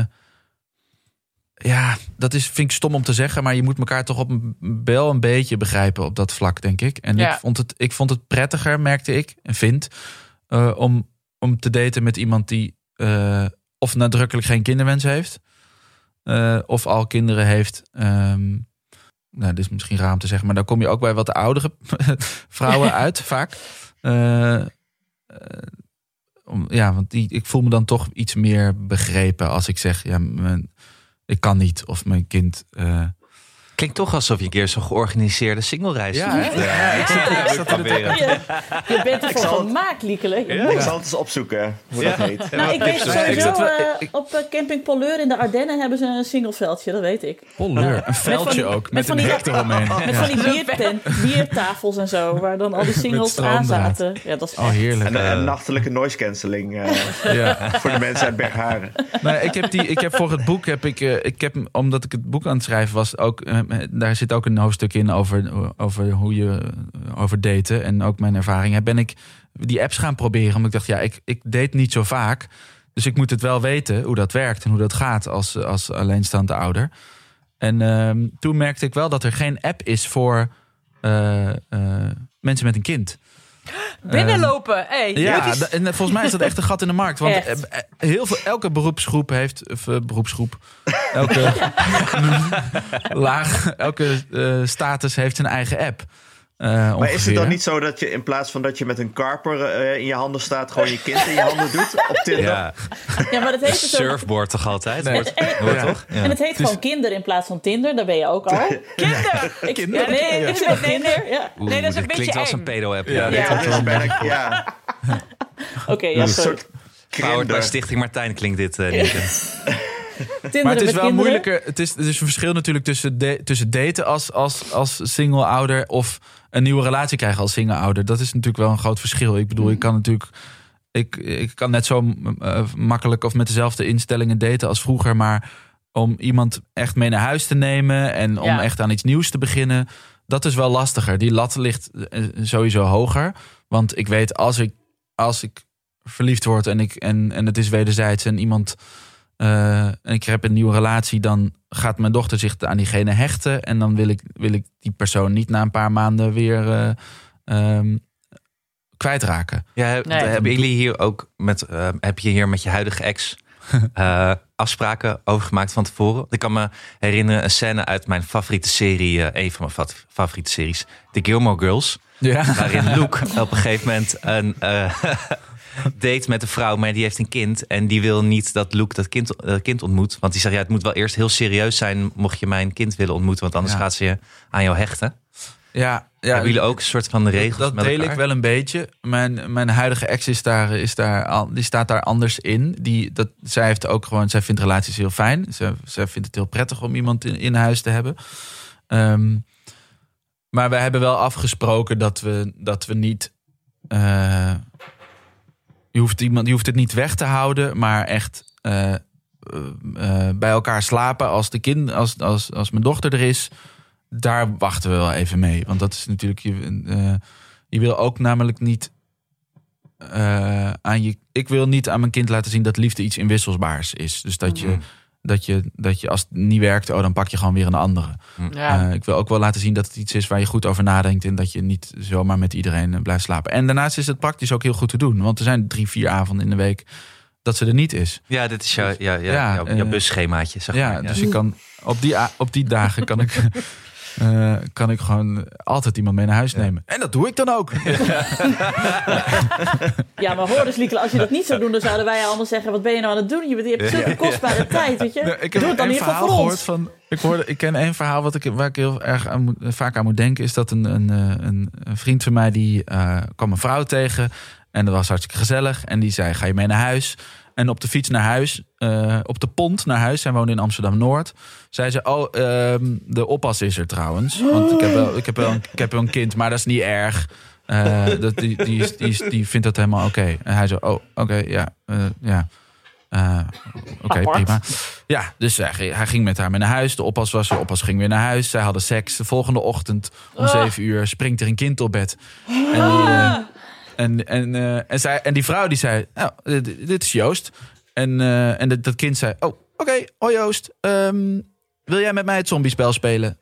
B: ja, dat is, vind ik stom om te zeggen, maar je moet elkaar toch op een, wel een beetje begrijpen op dat vlak, denk ik. En ja. ik, vond het, ik vond het prettiger, merkte ik, en vind, uh, om, om te daten met iemand die uh, of nadrukkelijk geen kinderwens heeft, uh, of al kinderen heeft. Um, Nou, dit is misschien raar om te zeggen, maar dan kom je ook bij wat oudere vrouwen uit, vaak. Uh, uh, om, ja, want die, ik voel me dan toch iets meer begrepen als ik zeg, ja, mijn, ik kan niet, of mijn kind. Uh,
A: Klinkt toch alsof je een keer zo'n georganiseerde singlereis
B: ja,
A: doet. Ja, ja, ik zit er ja, proberen.
C: Je, je bent ervoor gemaakt, Liekele.
E: Ja, ja. Ik zal het eens opzoeken hoe ja. dat heet.
C: Nou, ik weet sowieso, uh, op uh, Camping Polleur in de Ardennen hebben ze een singleveldje, dat weet ik.
B: Polleur, een veldje met die, ook, met, met een hek eromheen.
C: Met van die biertent, biertafels en zo, waar dan al die singles aan zaten. Ja, dat is
B: oh, heerlijk.
E: En, uh, en nachtelijke noise cancelling uh, ja. voor de mensen uit Bergharen.
B: Nee, ik heb die, ik heb voor het boek, heb ik, uh, ik heb, omdat ik het boek aan het schrijven was, ook... Uh, daar zit ook een hoofdstuk in over, over hoe je over daten en ook mijn ervaringen. Ben ik die apps gaan proberen, omdat ik dacht, ja, ik, ik date niet zo vaak, dus ik moet het wel weten hoe dat werkt en hoe dat gaat als, als alleenstaande ouder. En uh, toen merkte ik wel dat er geen app is voor uh, uh, mensen met een kind.
D: Binnenlopen, hey,
B: ja, d- en volgens mij is dat echt een gat in de markt. Want echt? heel veel, elke beroepsgroep heeft... Of, uh, beroepsgroep. Elke laag, elke uh, status heeft zijn eigen app. Uh,
E: maar
B: ongeveer.
E: Is het dan niet zo dat je in plaats van dat je met een karper uh, in je handen staat, gewoon je kind in je handen doet op Tinder?
A: Ja,
C: ja maar dat heet dus
A: surfboard toch altijd?
C: Nee.
A: Wordt,
C: en,
A: wordt
C: ja.
A: toch? Ja.
C: En het heet dus, gewoon Kinder in plaats van Tinder, daar ben je ook al.
D: Kinder!
C: Ik,
B: Kinder?
C: Ja, nee,
D: ja.
C: ik zit op Kinder. Ja.
A: Oeh,
D: nee, dat is een
A: dit
D: beetje
A: klinkt
D: eng.
A: als een pedo-app.
E: Ja,
A: Ja,
E: ja, ja. Bijna, ja.
C: Oké, okay, ja,
E: een
C: sorry.
E: soort
A: Powered bij Stichting Martijn klinkt dit uh, niet.
B: Maar het is wel moeilijker. Het is, er is een verschil natuurlijk tussen, de, tussen daten als, als, als single ouder of een nieuwe relatie krijgen als single ouder. Dat is natuurlijk wel een groot verschil. Ik bedoel, ik kan natuurlijk... Ik, ik kan net zo uh, makkelijk of met dezelfde instellingen daten als vroeger. Maar om iemand echt mee naar huis te nemen en om ja. echt aan iets nieuws te beginnen, dat is wel lastiger. Die lat ligt sowieso hoger. Want ik weet, als ik, als ik verliefd word en, ik, en, en het is wederzijds en iemand... Uh, en ik heb een nieuwe relatie, dan gaat mijn dochter zich aan diegene hechten. En dan wil ik, wil ik die persoon niet na een paar maanden weer uh, um, kwijtraken.
A: Ja, nee. Hebben jullie hier ook met, uh, heb je hier met je huidige ex uh, afspraken over gemaakt van tevoren? Ik kan me herinneren een scène uit mijn favoriete serie, uh, een van mijn favoriete series, The Gilmore Girls. Ja. Waarin Luke op een gegeven moment een uh, date met een vrouw, maar die heeft een kind. En die wil niet dat Luke dat kind, uh, kind ontmoet. Want die zegt, ja, het moet wel eerst heel serieus zijn mocht je mijn kind willen ontmoeten. Want anders ja. gaat ze je aan jou hechten.
B: Ja, ja,
A: hebben jullie ook een soort van de regels?
B: Dat
A: met
B: deel
A: elkaar?
B: ik wel een beetje. Mijn, mijn huidige ex is daar, is daar, die staat daar anders in. Die, dat, zij heeft ook gewoon, zij vindt relaties heel fijn. Zij, zij vindt het heel prettig om iemand in, in huis te hebben. Um, maar wij hebben wel afgesproken dat we, dat we niet. Uh, je hoeft iemand, je hoeft het niet weg te houden, maar echt uh, uh, bij elkaar slapen als de kind, als, als, als mijn dochter er is. Daar wachten we wel even mee. Want dat is natuurlijk... Je, uh, je wil ook namelijk niet... Uh, aan je... Ik wil niet aan mijn kind laten zien dat liefde iets inwisselbaars is. Dus dat je... dat je, dat je als het niet werkt, oh, dan pak je gewoon weer een andere.
D: Ja.
B: Uh, ik wil ook wel laten zien dat het iets is waar je goed over nadenkt en dat je niet zomaar met iedereen blijft slapen. En daarnaast is het praktisch ook heel goed te doen, want er zijn drie, vier avonden in de week dat ze er niet is.
A: Ja, dit is jouw, ja, ja,
B: Ja,
A: jouw, jouw
B: uh,
A: busschemaatje, zeg
B: Ja,
A: maar. Ja.
B: dus ik kan op die, a- op die dagen kan ik, uh, kan ik gewoon altijd iemand mee naar huis nemen. En dat doe ik dan ook.
C: Ja, maar hoor dus, Lieke, als je dat niet zou doen, dan zouden wij allemaal zeggen, wat ben je nou aan het doen? Je, bent- je hebt zulke kostbare tijd, weet je.
B: Nee, ik heb
C: Doe het dan
B: een
C: in ieder geval
B: verhaal
C: voor
B: gehoord
C: ons.
B: van. Ik, hoorde, ik ken één verhaal wat ik, waar ik heel erg aan moet, vaak aan moet denken. Is dat een, een, een, een vriend van mij die uh, kwam een vrouw tegen. En dat was hartstikke gezellig. En die zei: ga je mee naar huis? En op de fiets naar huis, uh, op de pont naar huis. Zij woonde in Amsterdam Noord. Zei ze: oh, uh, de oppas is er trouwens. Want ik heb wel, ik heb wel, een, ik heb wel een kind, maar dat is niet erg. Uh, dat, die, die, is, die, is, die vindt dat helemaal oké. Okay. En hij zo: oh, oké, okay, ja, uh, ja. Uh, Oké, okay, prima. Ja, dus hij, hij ging met haar mee naar huis. De oppas was er, de oppas ging weer naar huis. Zij hadden seks. De volgende ochtend om oh. zeven uur springt er een kind op bed. En die, uh, en, en, uh, en, zij, en die vrouw die zei: nou, dit, dit is Joost. En, uh, en dat, dat kind zei: oh, oké, okay, hoi Joost. Um, wil jij met mij het zombiespel spelen?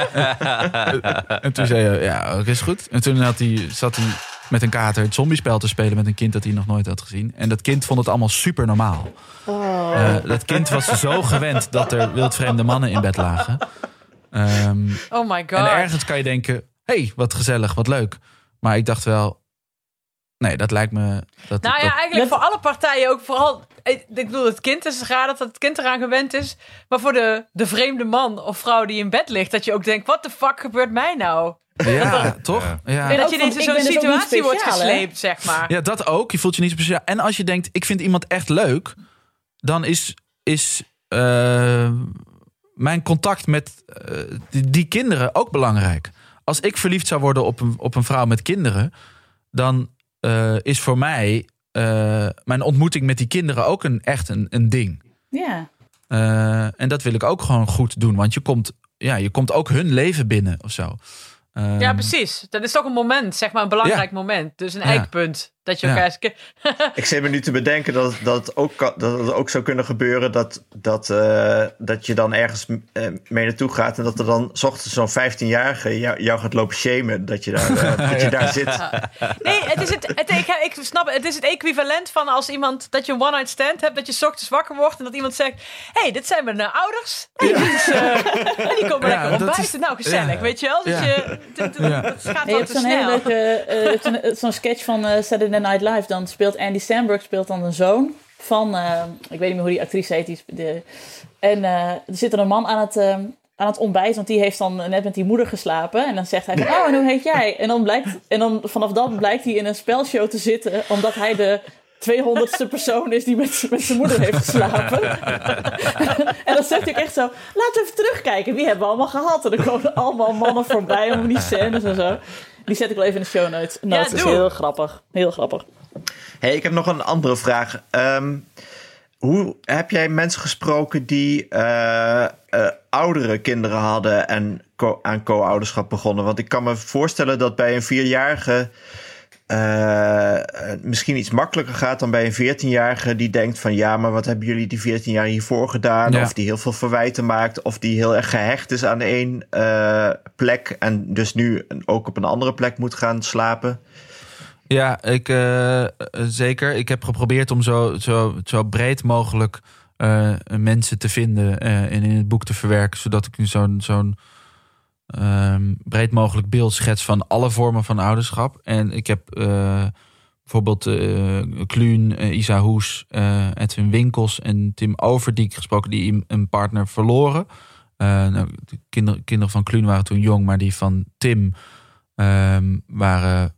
B: en, en toen zei hij: ja, oké, okay, is goed. En toen had hij, zat hij met een kater het zombiespel te spelen met een kind dat hij nog nooit had gezien. En dat kind vond het allemaal super normaal. Oh. Uh, dat kind was zo gewend dat er wildvreemde mannen in bed lagen. Um,
D: oh my god.
B: En ergens kan je denken: hé, hey, wat gezellig, wat leuk. Maar ik dacht wel, nee, dat lijkt me... Dat,
D: nou ja,
C: dat,
D: eigenlijk dat, voor alle partijen ook vooral... Ik bedoel, het kind is raar dat het kind eraan gewend is. Maar voor de, de vreemde man of vrouw die in bed ligt, dat je ook denkt: wat de fuck gebeurt mij nou?
B: Ja, dat, toch? Ja.
D: En dat je in zo'n
C: dus
D: situatie wordt gesleept, zeg maar.
B: Ja, dat ook. Je voelt je niet speciaal. En als je denkt: ik vind iemand echt leuk, dan is, is uh, mijn contact met uh, die, die kinderen ook belangrijk. Als ik verliefd zou worden op een, op een vrouw met kinderen, dan uh, is voor mij uh, mijn ontmoeting met die kinderen ook een, echt een, een ding.
C: Ja.
B: Uh, en dat wil ik ook gewoon goed doen. Want je komt, ja, je komt ook hun leven binnen of zo. Um,
D: ja, precies. Dat is toch een moment, zeg maar, een belangrijk ja. moment. Dus een eikpunt. Dat je elkaar...
E: Ja. Ik zit me nu te bedenken dat, dat, het ook, dat het ook zou kunnen gebeuren dat, dat, uh, dat je dan ergens uh, mee naartoe gaat en dat er dan 's ochtends zo'n vijftienjarige jou, jou gaat lopen shamen dat je daar, uh, dat je daar zit.
D: Nee, het is het, het, ik, ik snap het. Het is het equivalent van als iemand, dat je een one-night stand hebt, dat je 's ochtends wakker wordt en dat iemand zegt: hé, hey, dit zijn mijn uh, ouders. Hey, ja. dus, uh, en die komen ja, lekker ontbijten. Nou, gezellig, ja. weet je wel? Dus ja. je, dat, dat, ja. dat gaat wel
C: hey,
D: te
C: zo'n
D: snel.
C: Hele leuke, uh, zo'n, zo'n sketch van uh, Saturday Night Live. Dan speelt Andy Samberg speelt dan een zoon van, uh, ik weet niet meer hoe die actrice heet. Die, de, en uh, er zit er een man aan het, uh, aan het ontbijt, want die heeft dan net met die moeder geslapen. En dan zegt hij van: oh, en hoe heet jij? En dan, blijkt, en dan vanaf dan blijkt hij in een spelshow te zitten, omdat hij de tweehonderdste persoon is die met, met zijn moeder heeft geslapen. En dan zegt hij echt zo: laten we even terugkijken, wie hebben we allemaal gehad? En dan komen allemaal mannen voorbij om die scènes en zo. Die zet ik wel even in de show notes. Nou, ja, dat is heel grappig. Heel grappig.
E: Hey, ik heb nog een andere vraag. Um, hoe heb jij mensen gesproken die uh, uh, oudere kinderen hadden en co- aan co-ouderschap begonnen? Want ik kan me voorstellen dat bij een vierjarige uh, misschien iets makkelijker gaat dan bij een veertienjarige die denkt van: ja, maar wat hebben jullie die veertien jaar hiervoor gedaan? Ja. Of die heel veel verwijten maakt, of die heel erg gehecht is aan één uh, plek en dus nu ook op een andere plek moet gaan slapen.
B: Ja, ik, uh, zeker. Ik heb geprobeerd om zo, zo, zo breed mogelijk uh, mensen te vinden uh, en in het boek te verwerken, zodat ik nu zo'n, zo'n um, breed mogelijk beeld schets van alle vormen van ouderschap. En ik heb uh, bijvoorbeeld uh, Kluun, uh, Isa Hoes, uh, Edwin Winkels en Tim Overdiek gesproken die een partner verloren. Uh, nou, de kinderen, kinderen van Kluun waren toen jong, maar die van Tim um, waren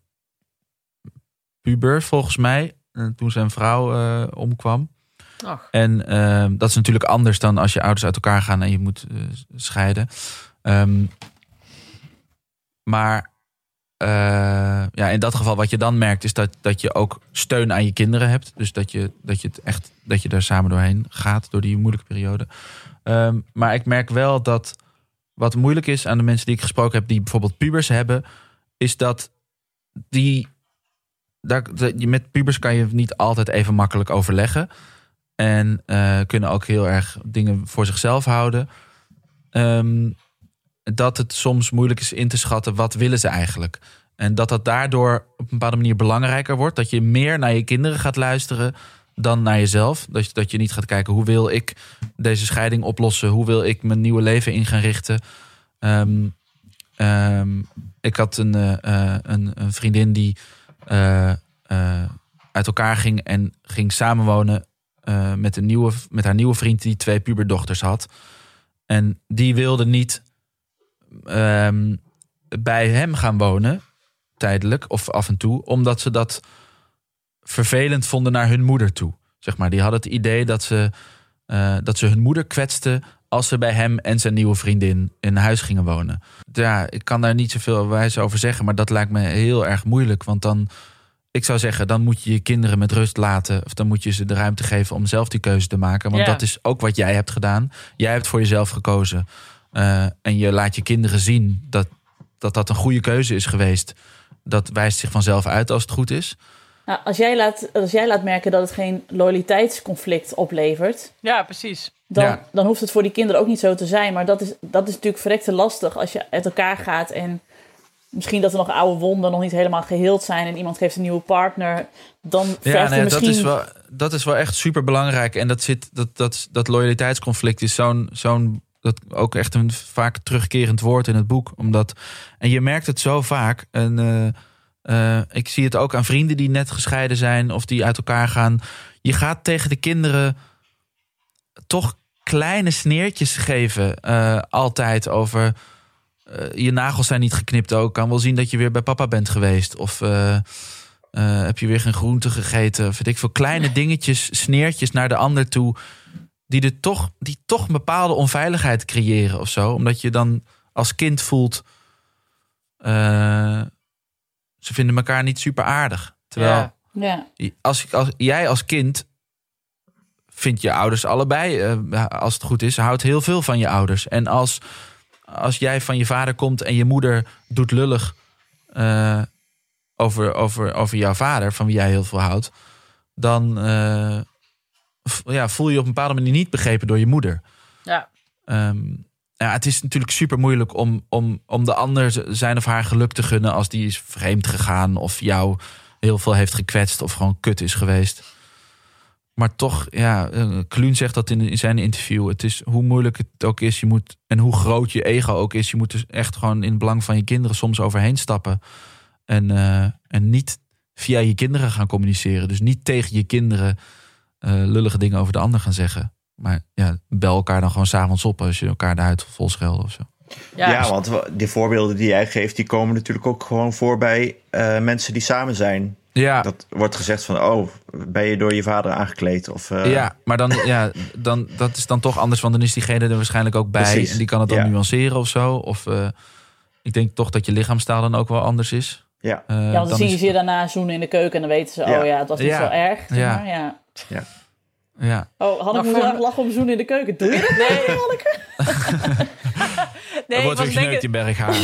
B: puber volgens mij, toen zijn vrouw uh, omkwam.
D: Ach.
B: En uh, dat is natuurlijk anders dan als je ouders uit elkaar gaan en je moet uh, scheiden. Um, maar uh, ja, in dat geval wat je dan merkt is dat, dat je ook steun aan je kinderen hebt. Dus dat je, dat je het echt, dat je daar samen doorheen gaat door die moeilijke periode. Um, maar ik merk wel dat wat moeilijk is aan de mensen die ik gesproken heb die bijvoorbeeld pubers hebben, is dat die Daar, de, met pubers kan je niet altijd even makkelijk overleggen. En uh, kunnen ook heel erg dingen voor zichzelf houden. Um, dat het soms moeilijk is in te schatten, wat willen ze eigenlijk? En dat dat daardoor op een bepaalde manier belangrijker wordt. Dat je meer naar je kinderen gaat luisteren dan naar jezelf. Dat je, dat je niet gaat kijken, hoe wil ik deze scheiding oplossen? Hoe wil ik mijn nieuwe leven in gaan richten? Um, um, ik had een, uh, een, een vriendin die uh, uh, uit elkaar ging en ging samenwonen uh, met, een nieuwe, met haar nieuwe vriend die twee puberdochters had. En die wilde niet um, bij hem gaan wonen, tijdelijk of af en toe, omdat ze dat vervelend vonden naar hun moeder toe. Zeg maar, die hadden het idee dat ze, uh, dat ze hun moeder kwetsten als ze bij hem en zijn nieuwe vriendin in huis gingen wonen. Ja, ik kan daar niet zoveel wijs over zeggen, maar dat lijkt me heel erg moeilijk. Want dan, ik zou zeggen, dan moet je je kinderen met rust laten, of dan moet je ze de ruimte geven om zelf die keuze te maken. Want
D: Ja.
B: dat is ook wat jij hebt gedaan. Jij hebt voor jezelf gekozen. Uh, en je laat je kinderen zien dat, dat dat een goede keuze is geweest. Dat wijst zich vanzelf uit als het goed is.
C: Nou, als, jij laat, als jij laat merken dat het geen loyaliteitsconflict oplevert,
D: Ja, precies.
C: dan,
B: Ja.
C: dan hoeft het voor die kinderen ook niet zo te zijn. Maar dat is, dat is natuurlijk verrekte lastig als je uit elkaar gaat en misschien dat er nog oude wonden nog niet helemaal geheeld zijn en iemand geeft een nieuwe partner. Dan vergt
B: Ja,
C: er
B: nee,
C: misschien...
B: dat, is wel, dat is wel echt super belangrijk. En dat, zit, dat, dat, dat loyaliteitsconflict is zo'n, zo'n dat ook echt een vaak terugkerend woord in het boek. Omdat, en je merkt het zo vaak. En, uh, uh, ik zie het ook aan vrienden die net gescheiden zijn of die uit elkaar gaan. Je gaat tegen de kinderen toch kleine sneertjes geven. Uh, altijd over uh, je nagels zijn niet geknipt ook. Kan wel zien dat je weer bij papa bent geweest. Of uh, uh, heb je weer geen groente gegeten. Of weet ik veel, kleine dingetjes, sneertjes naar de ander toe. Die, er toch, die toch een bepaalde onveiligheid creëren of zo. Omdat je dan als kind voelt, Uh, ze vinden elkaar niet super aardig. Terwijl
D: Ja.
C: Ja.
B: als, als jij als kind vindt je ouders allebei, uh, als het goed is, houdt heel veel van je ouders. En als, als jij van je vader komt en je moeder doet lullig uh, over, over, over jouw vader, van wie jij heel veel houdt, dan uh, v- ja, voel je je op een bepaalde manier niet begrepen door je moeder.
D: Ja.
B: Um, ja, het is natuurlijk super moeilijk om, om, om de ander zijn of haar geluk te gunnen als die is vreemd gegaan of jou heel veel heeft gekwetst of gewoon kut is geweest. Maar toch, ja, Kluun zegt dat in, in zijn interview. Het is hoe moeilijk het ook is, je moet, en hoe groot je ego ook is, je moet dus echt gewoon in het belang van je kinderen soms overheen stappen. En, uh, en niet via je kinderen gaan communiceren. Dus niet tegen je kinderen uh, lullige dingen over de ander gaan zeggen. Maar ja, bel elkaar dan gewoon 's avonds op als je elkaar de huid vol scheldt of zo.
D: Ja,
E: Ja, want die voorbeelden die jij geeft, die komen natuurlijk ook gewoon voor bij uh, mensen die samen zijn.
B: Ja,
E: Dat wordt gezegd van, oh, ben je door je vader aangekleed? Of, uh,
B: ja, maar dan, ja, dan, dat is dan toch anders, want dan is diegene er waarschijnlijk ook bij.
E: Precies.
B: En die kan het dan
E: Ja.
B: nuanceren of zo. Of uh, ik denk toch dat je lichaamstaal dan ook wel anders is.
E: Ja.
B: Uh,
C: Ja, want dan zien
B: is-
C: ze je daarna zoenen in de keuken en dan weten ze,
E: Ja.
C: oh ja, het was niet
B: Ja.
C: zo erg. zeg
B: Ja.
C: maar, ja.
B: Ja,
C: Oh, Hanneke
D: Maar
C: moet
D: voor-
C: erg lachen om zoenen in de keuken. Doe je dat?
D: Nee. Nee,
B: er
D: ik
B: wordt
D: was
B: weer
D: denken,
B: geneukt in Berghagen.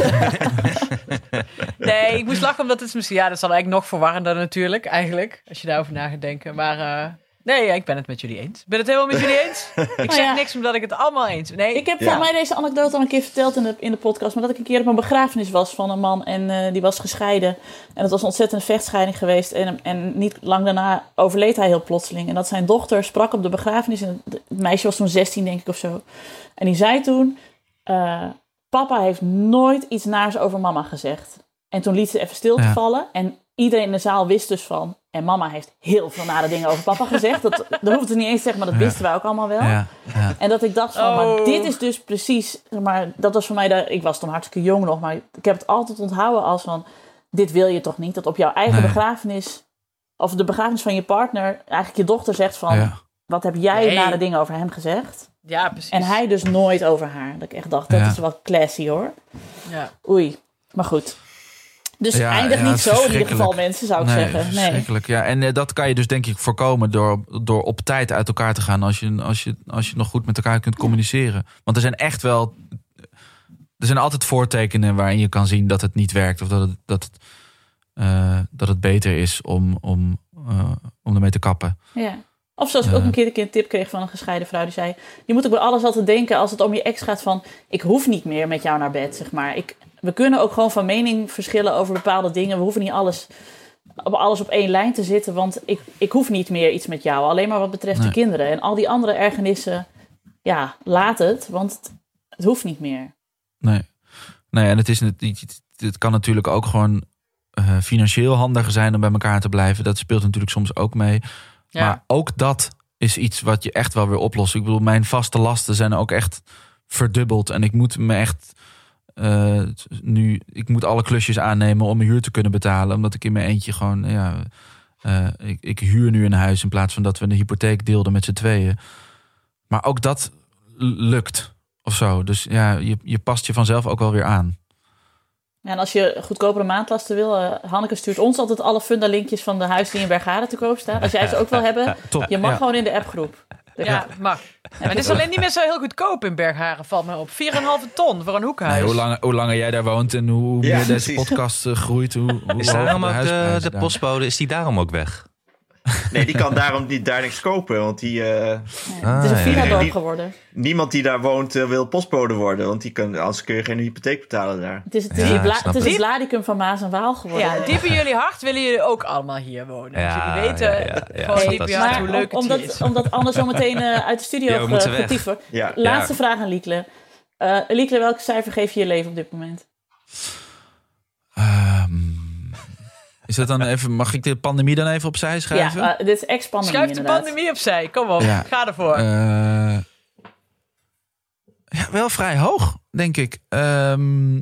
D: nee, ik moest lachen omdat het is misschien... Ja, dat is dan eigenlijk nog verwarrender natuurlijk, eigenlijk. Als je daarover na gaat denken. Maar uh, nee, ja, ik ben het met jullie eens. Ik ben het helemaal met jullie eens. Ik zeg
C: ja.
D: niks omdat ik het allemaal eens ben. Nee,
C: Ik heb
E: Ja.
C: volgens mij deze anekdote al een keer verteld in de, in de podcast. Maar dat ik een keer op een begrafenis was van een man en uh, die was gescheiden. En het was een ontzettende vechtscheiding geweest. En, en niet lang daarna overleed hij heel plotseling. En dat zijn dochter sprak op de begrafenis. En het meisje was toen zestien, denk ik, of zo. En die zei toen, Uh, papa heeft nooit iets naars over mama gezegd. En toen liet ze even stil te
B: Ja.
C: vallen. En iedereen in de zaal wist dus van, en mama heeft heel veel nare dingen over papa gezegd. Dat, dat hoeft het niet eens te zeggen, maar dat
B: Ja.
C: wisten wij ook allemaal wel.
B: Ja, ja.
C: En dat ik dacht van, maar
D: Oh.
C: dit is dus precies, zeg maar, dat was voor mij, de, ik was toen hartstikke jong nog, maar ik heb het altijd onthouden als van, dit wil je toch niet? Dat op jouw eigen
B: Nee.
C: begrafenis, of de begrafenis van je partner, eigenlijk je dochter zegt van,
B: Ja.
C: wat heb jij
D: Nee.
C: nare dingen over hem gezegd?
D: ja, precies.
C: En hij dus nooit over haar. Dat ik echt dacht, dat
B: Ja.
C: is wel classy hoor.
D: Ja.
C: Oei, maar goed. Dus
B: Ja,
C: eindig
B: ja,
C: niet
B: het is
C: zo in ieder
B: verschrikkelijk.
C: geval, mensen, zou ik
B: Nee,
C: zeggen. Nee.
B: verschrikkelijk. Ja, en uh, dat kan je dus denk ik voorkomen door, door op tijd uit elkaar te gaan als je, als, je, als je nog goed met elkaar kunt communiceren. Want er zijn echt wel, er zijn altijd voortekenen waarin je kan zien dat het niet werkt of dat het, dat het, uh, dat het beter is om, om, uh, om ermee te kappen.
C: Ja. Of zoals ik
B: Ja.
C: ook een keer, een keer een tip kreeg van een gescheiden vrouw. Die zei, je moet ook bij alles altijd denken als het om je ex gaat van... ik hoef niet meer met jou naar bed, zeg maar. Ik, we kunnen ook gewoon van mening verschillen over bepaalde dingen. We hoeven niet alles op, alles op één lijn te zitten. Want ik, ik hoef niet meer iets met jou. Alleen maar wat betreft
B: Nee.
C: de kinderen. En al die andere ergernissen, ja, laat het. Want het, het hoeft niet meer.
B: Nee. Nee, en het, is, het, het kan natuurlijk ook gewoon uh, financieel handiger zijn om bij elkaar te blijven. Dat speelt natuurlijk soms ook mee.
D: Ja.
B: Maar ook dat is iets wat je echt wel weer oplost. Ik bedoel, mijn vaste lasten zijn ook echt verdubbeld. En ik moet me echt uh, nu, ik moet alle klusjes aannemen om mijn huur te kunnen betalen. Omdat ik in mijn eentje gewoon, ja, uh, ik, ik huur nu een huis in plaats van dat we een hypotheek deelden met z'n tweeën. Maar ook dat lukt of zo. Dus ja, je, je past je vanzelf ook wel weer aan.
C: Ja, en als je goedkopere maandlasten wil... Uh, Hanneke stuurt ons altijd alle fundalinkjes van de huis die in Bergharen te koop staan. Als jij ze ook wil hebben,
B: Top.
C: je mag
B: Ja.
C: gewoon in de appgroep. Dus
D: Ja, mag. Maar het is alleen niet meer zo heel goedkoop in Bergharen, valt me op. vier komma vijf ton voor een hoekhuis.
B: Nee, hoe, langer, hoe langer jij daar woont en hoe
E: Ja,
B: meer deze
E: precies.
B: podcast uh, groeit, hoe, hoe
A: Is
B: hoger
A: daarom ook de,
B: huisprijzen
A: de
B: daar.
A: postbode, is die daarom ook weg?
E: Nee, die kan daarom niet daar niks kopen. Want die, uh,
C: ja, het is een
A: Ah, ja.
C: villa-dorp
E: Die-
C: geworden.
E: niemand die daar woont uh, wil postbode worden. Want die kan, anders kun je geen hypotheek betalen daar.
C: Het is het,
A: Ja,
C: is het,
A: ik
C: bla-
A: snap
C: het, is
A: het.
C: het Ladicum van Maas en Waal geworden.
D: Ja, diep in jullie hart willen jullie ook allemaal hier wonen.
A: Ja,
D: dus jullie weten
A: ja, ja, ja,
D: gewoon diep in
A: fantastisch.
D: je hart
C: Maar
D: hoe leuk
C: om-
D: het
C: omdat,
D: hier is.
C: omdat anders zo meteen uh, uit de studio
A: Ja, we moeten weg.
C: getiefd wordt.
E: Ja.
C: Laatste
A: Ja.
C: vraag aan Liekle. Uh, Liekle, welk cijfer geef je je leven op dit moment?
B: Um, is dat dan even, mag ik de pandemie dan even opzij schrijven?
C: Ja, uh, dit is ex-pandemie
D: Schuif de
C: inderdaad.
D: pandemie opzij. Kom op,
B: Ja.
D: ga ervoor.
B: Uh, ja, wel vrij hoog, denk ik. Um,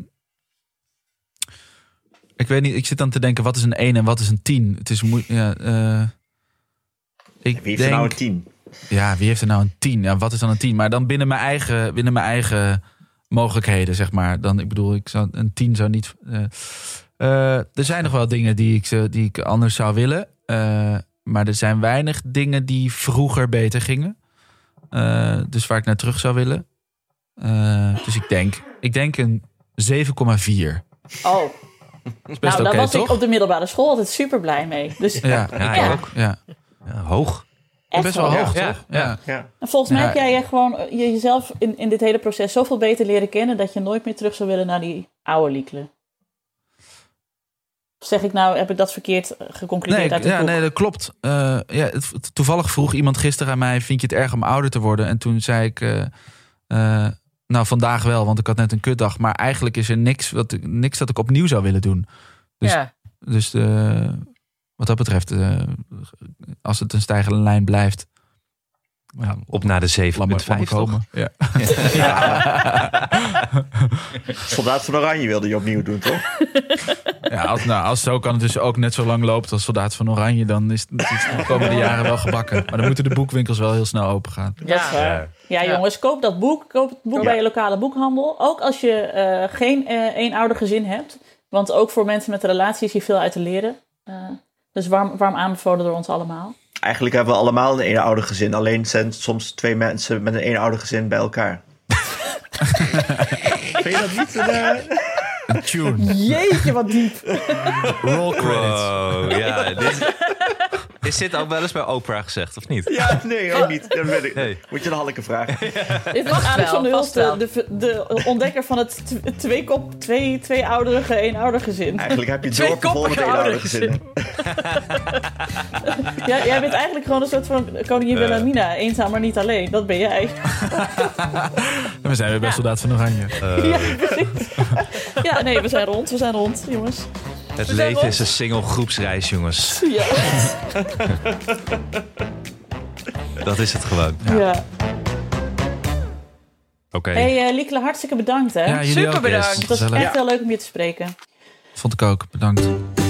B: ik weet niet, ik zit dan te denken, wat is een één en wat is een tien? Het is moeilijk. Ja, uh, ik
E: Wie heeft
B: denk,
E: er nou een tien?
B: Ja, wie heeft er nou een tien? Ja, wat is dan een tien? Maar dan binnen mijn eigen, binnen mijn eigen mogelijkheden, zeg maar. Dan, ik bedoel, ik zou, een tien zou niet... Uh, uh, er zijn nog wel dingen die ik, die ik anders zou willen. Uh, maar er zijn weinig dingen die vroeger beter gingen. Uh, dus waar ik naar terug zou willen. Uh, dus ik denk, ik denk een zeven komma vier.
C: Oh,
B: Best
C: nou,
B: oké,
C: daar was
B: toch?
C: ik op de middelbare school altijd super blij mee. Dus
B: Ja,
A: Ja,
B: ik
C: Ja.
B: ook. Ja.
A: Ja, hoog.
C: echt
B: Best wel
C: wel.
B: hoog,
A: Ja,
B: toch?
A: ja.
B: Ja.
E: Ja.
C: En volgens mij
B: Ja.
C: heb jij je gewoon je- jezelf in, in dit hele proces zoveel beter leren kennen... dat je nooit meer terug zou willen naar die oude Liekle. Of zeg ik nou, heb ik dat verkeerd uh, geconcludeerd
B: Nee,
C: uit het
B: ja,
C: boek?
B: nee, dat klopt. Uh, ja, het, toevallig vroeg iemand gisteren aan mij... vind je het erg om ouder te worden? En toen zei ik... Uh, uh, nou, vandaag wel, want ik had net een kutdag. Maar eigenlijk is er niks, wat, niks dat ik opnieuw zou willen doen. Dus,
D: ja.
B: dus uh, wat dat betreft... Uh, als het een stijgende lijn blijft...
A: Ja, op naar de zeven
B: laat
A: komma
B: maar,
A: vijf
B: laat maar
A: toch?
B: komen. Ja.
E: Soldaat van Oranje wilde je opnieuw doen, toch?
B: Ja, als, nou, als zo kan het dus ook net zo lang loopt als Soldaat van Oranje... dan is het, is het de komende jaren wel gebakken. Maar dan moeten de boekwinkels wel heel snel open gaan.
C: Dat is waar. Ja, jongens, koop dat boek. Koop het boek
E: Ja.
C: bij je lokale boekhandel. Ook als je uh, geen uh, eenouder gezin hebt. Want ook voor mensen met een relatie is hier veel uit te leren. Uh, dus warm, warm aanbevolen door ons allemaal.
E: Eigenlijk hebben we allemaal een eenouder gezin. Alleen zijn soms twee mensen met een eenouder gezin bij elkaar. Vind je dat niet? Uh...
B: Een tune.
C: Jeetje, wat diep.
B: Roll credits.
A: Wow, ja. Dit, is dit ook wel eens bij Oprah gezegd, of niet?
E: Ja, nee, ook niet. Dat weet ik.
A: Nee.
E: Moet je de Hanneke vragen.
C: Dit is
D: Vast
C: Alex
D: wel,
C: van der
D: vast
C: Hulst, de,
D: wel.
C: de, de ontdekker van het tw- twee, kop, twee, twee ouderige, eenouder gezin.
E: Eigenlijk heb je het
D: Twee
E: dorp vol met
D: koppige
E: eenouder
D: ouders.
E: gezinnen.
C: Ja, jij bent eigenlijk gewoon een soort van koningin Wilhelmina. Eenzaam, maar niet alleen. Dat ben jij.
B: En we zijn weer bij Soldaat van Oranje.
C: Ja, precies. Ja, nee, we zijn rond. We zijn rond, jongens.
A: Het
C: zijn
A: leven
C: rond.
A: is een single groepsreis, jongens.
C: Ja.
A: Dat is het gewoon.
C: ja. ja.
A: Oké.
C: Hey, uh, Liekle, hartstikke bedankt, hè?
B: Ja, jullie
D: Super
B: ook,
D: bedankt.
B: Jess.
C: Het was
B: Gezellig.
C: echt heel leuk om je te spreken.
B: Vond ik ook. Bedankt.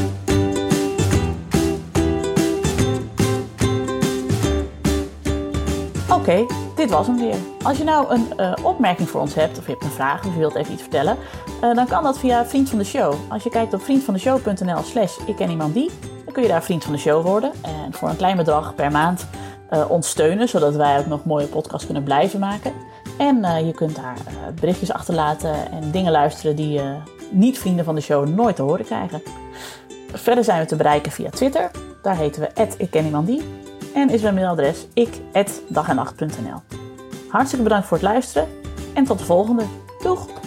C: Oké, okay, dit was hem weer. Als je nou een uh, opmerking voor ons hebt, of je hebt een vraag, of je wilt even iets vertellen, uh, dan kan dat via Vriend van de Show. Als je kijkt op vriendvandeshow.nl slash ik ken iemand die, dan kun je daar Vriend van de Show worden. En voor een klein bedrag per maand uh, ons steunen, zodat wij ook nog mooie podcasts kunnen blijven maken. En uh, je kunt daar uh, berichtjes achterlaten en dingen luisteren die uh, niet-vrienden van de show nooit te horen krijgen. Verder zijn we te bereiken via Twitter. Daar heten we at ik ken iemand die. en is mijn mailadres ik at dag en nacht punt n l. Hartstikke bedankt voor het luisteren en tot de volgende. Doeg!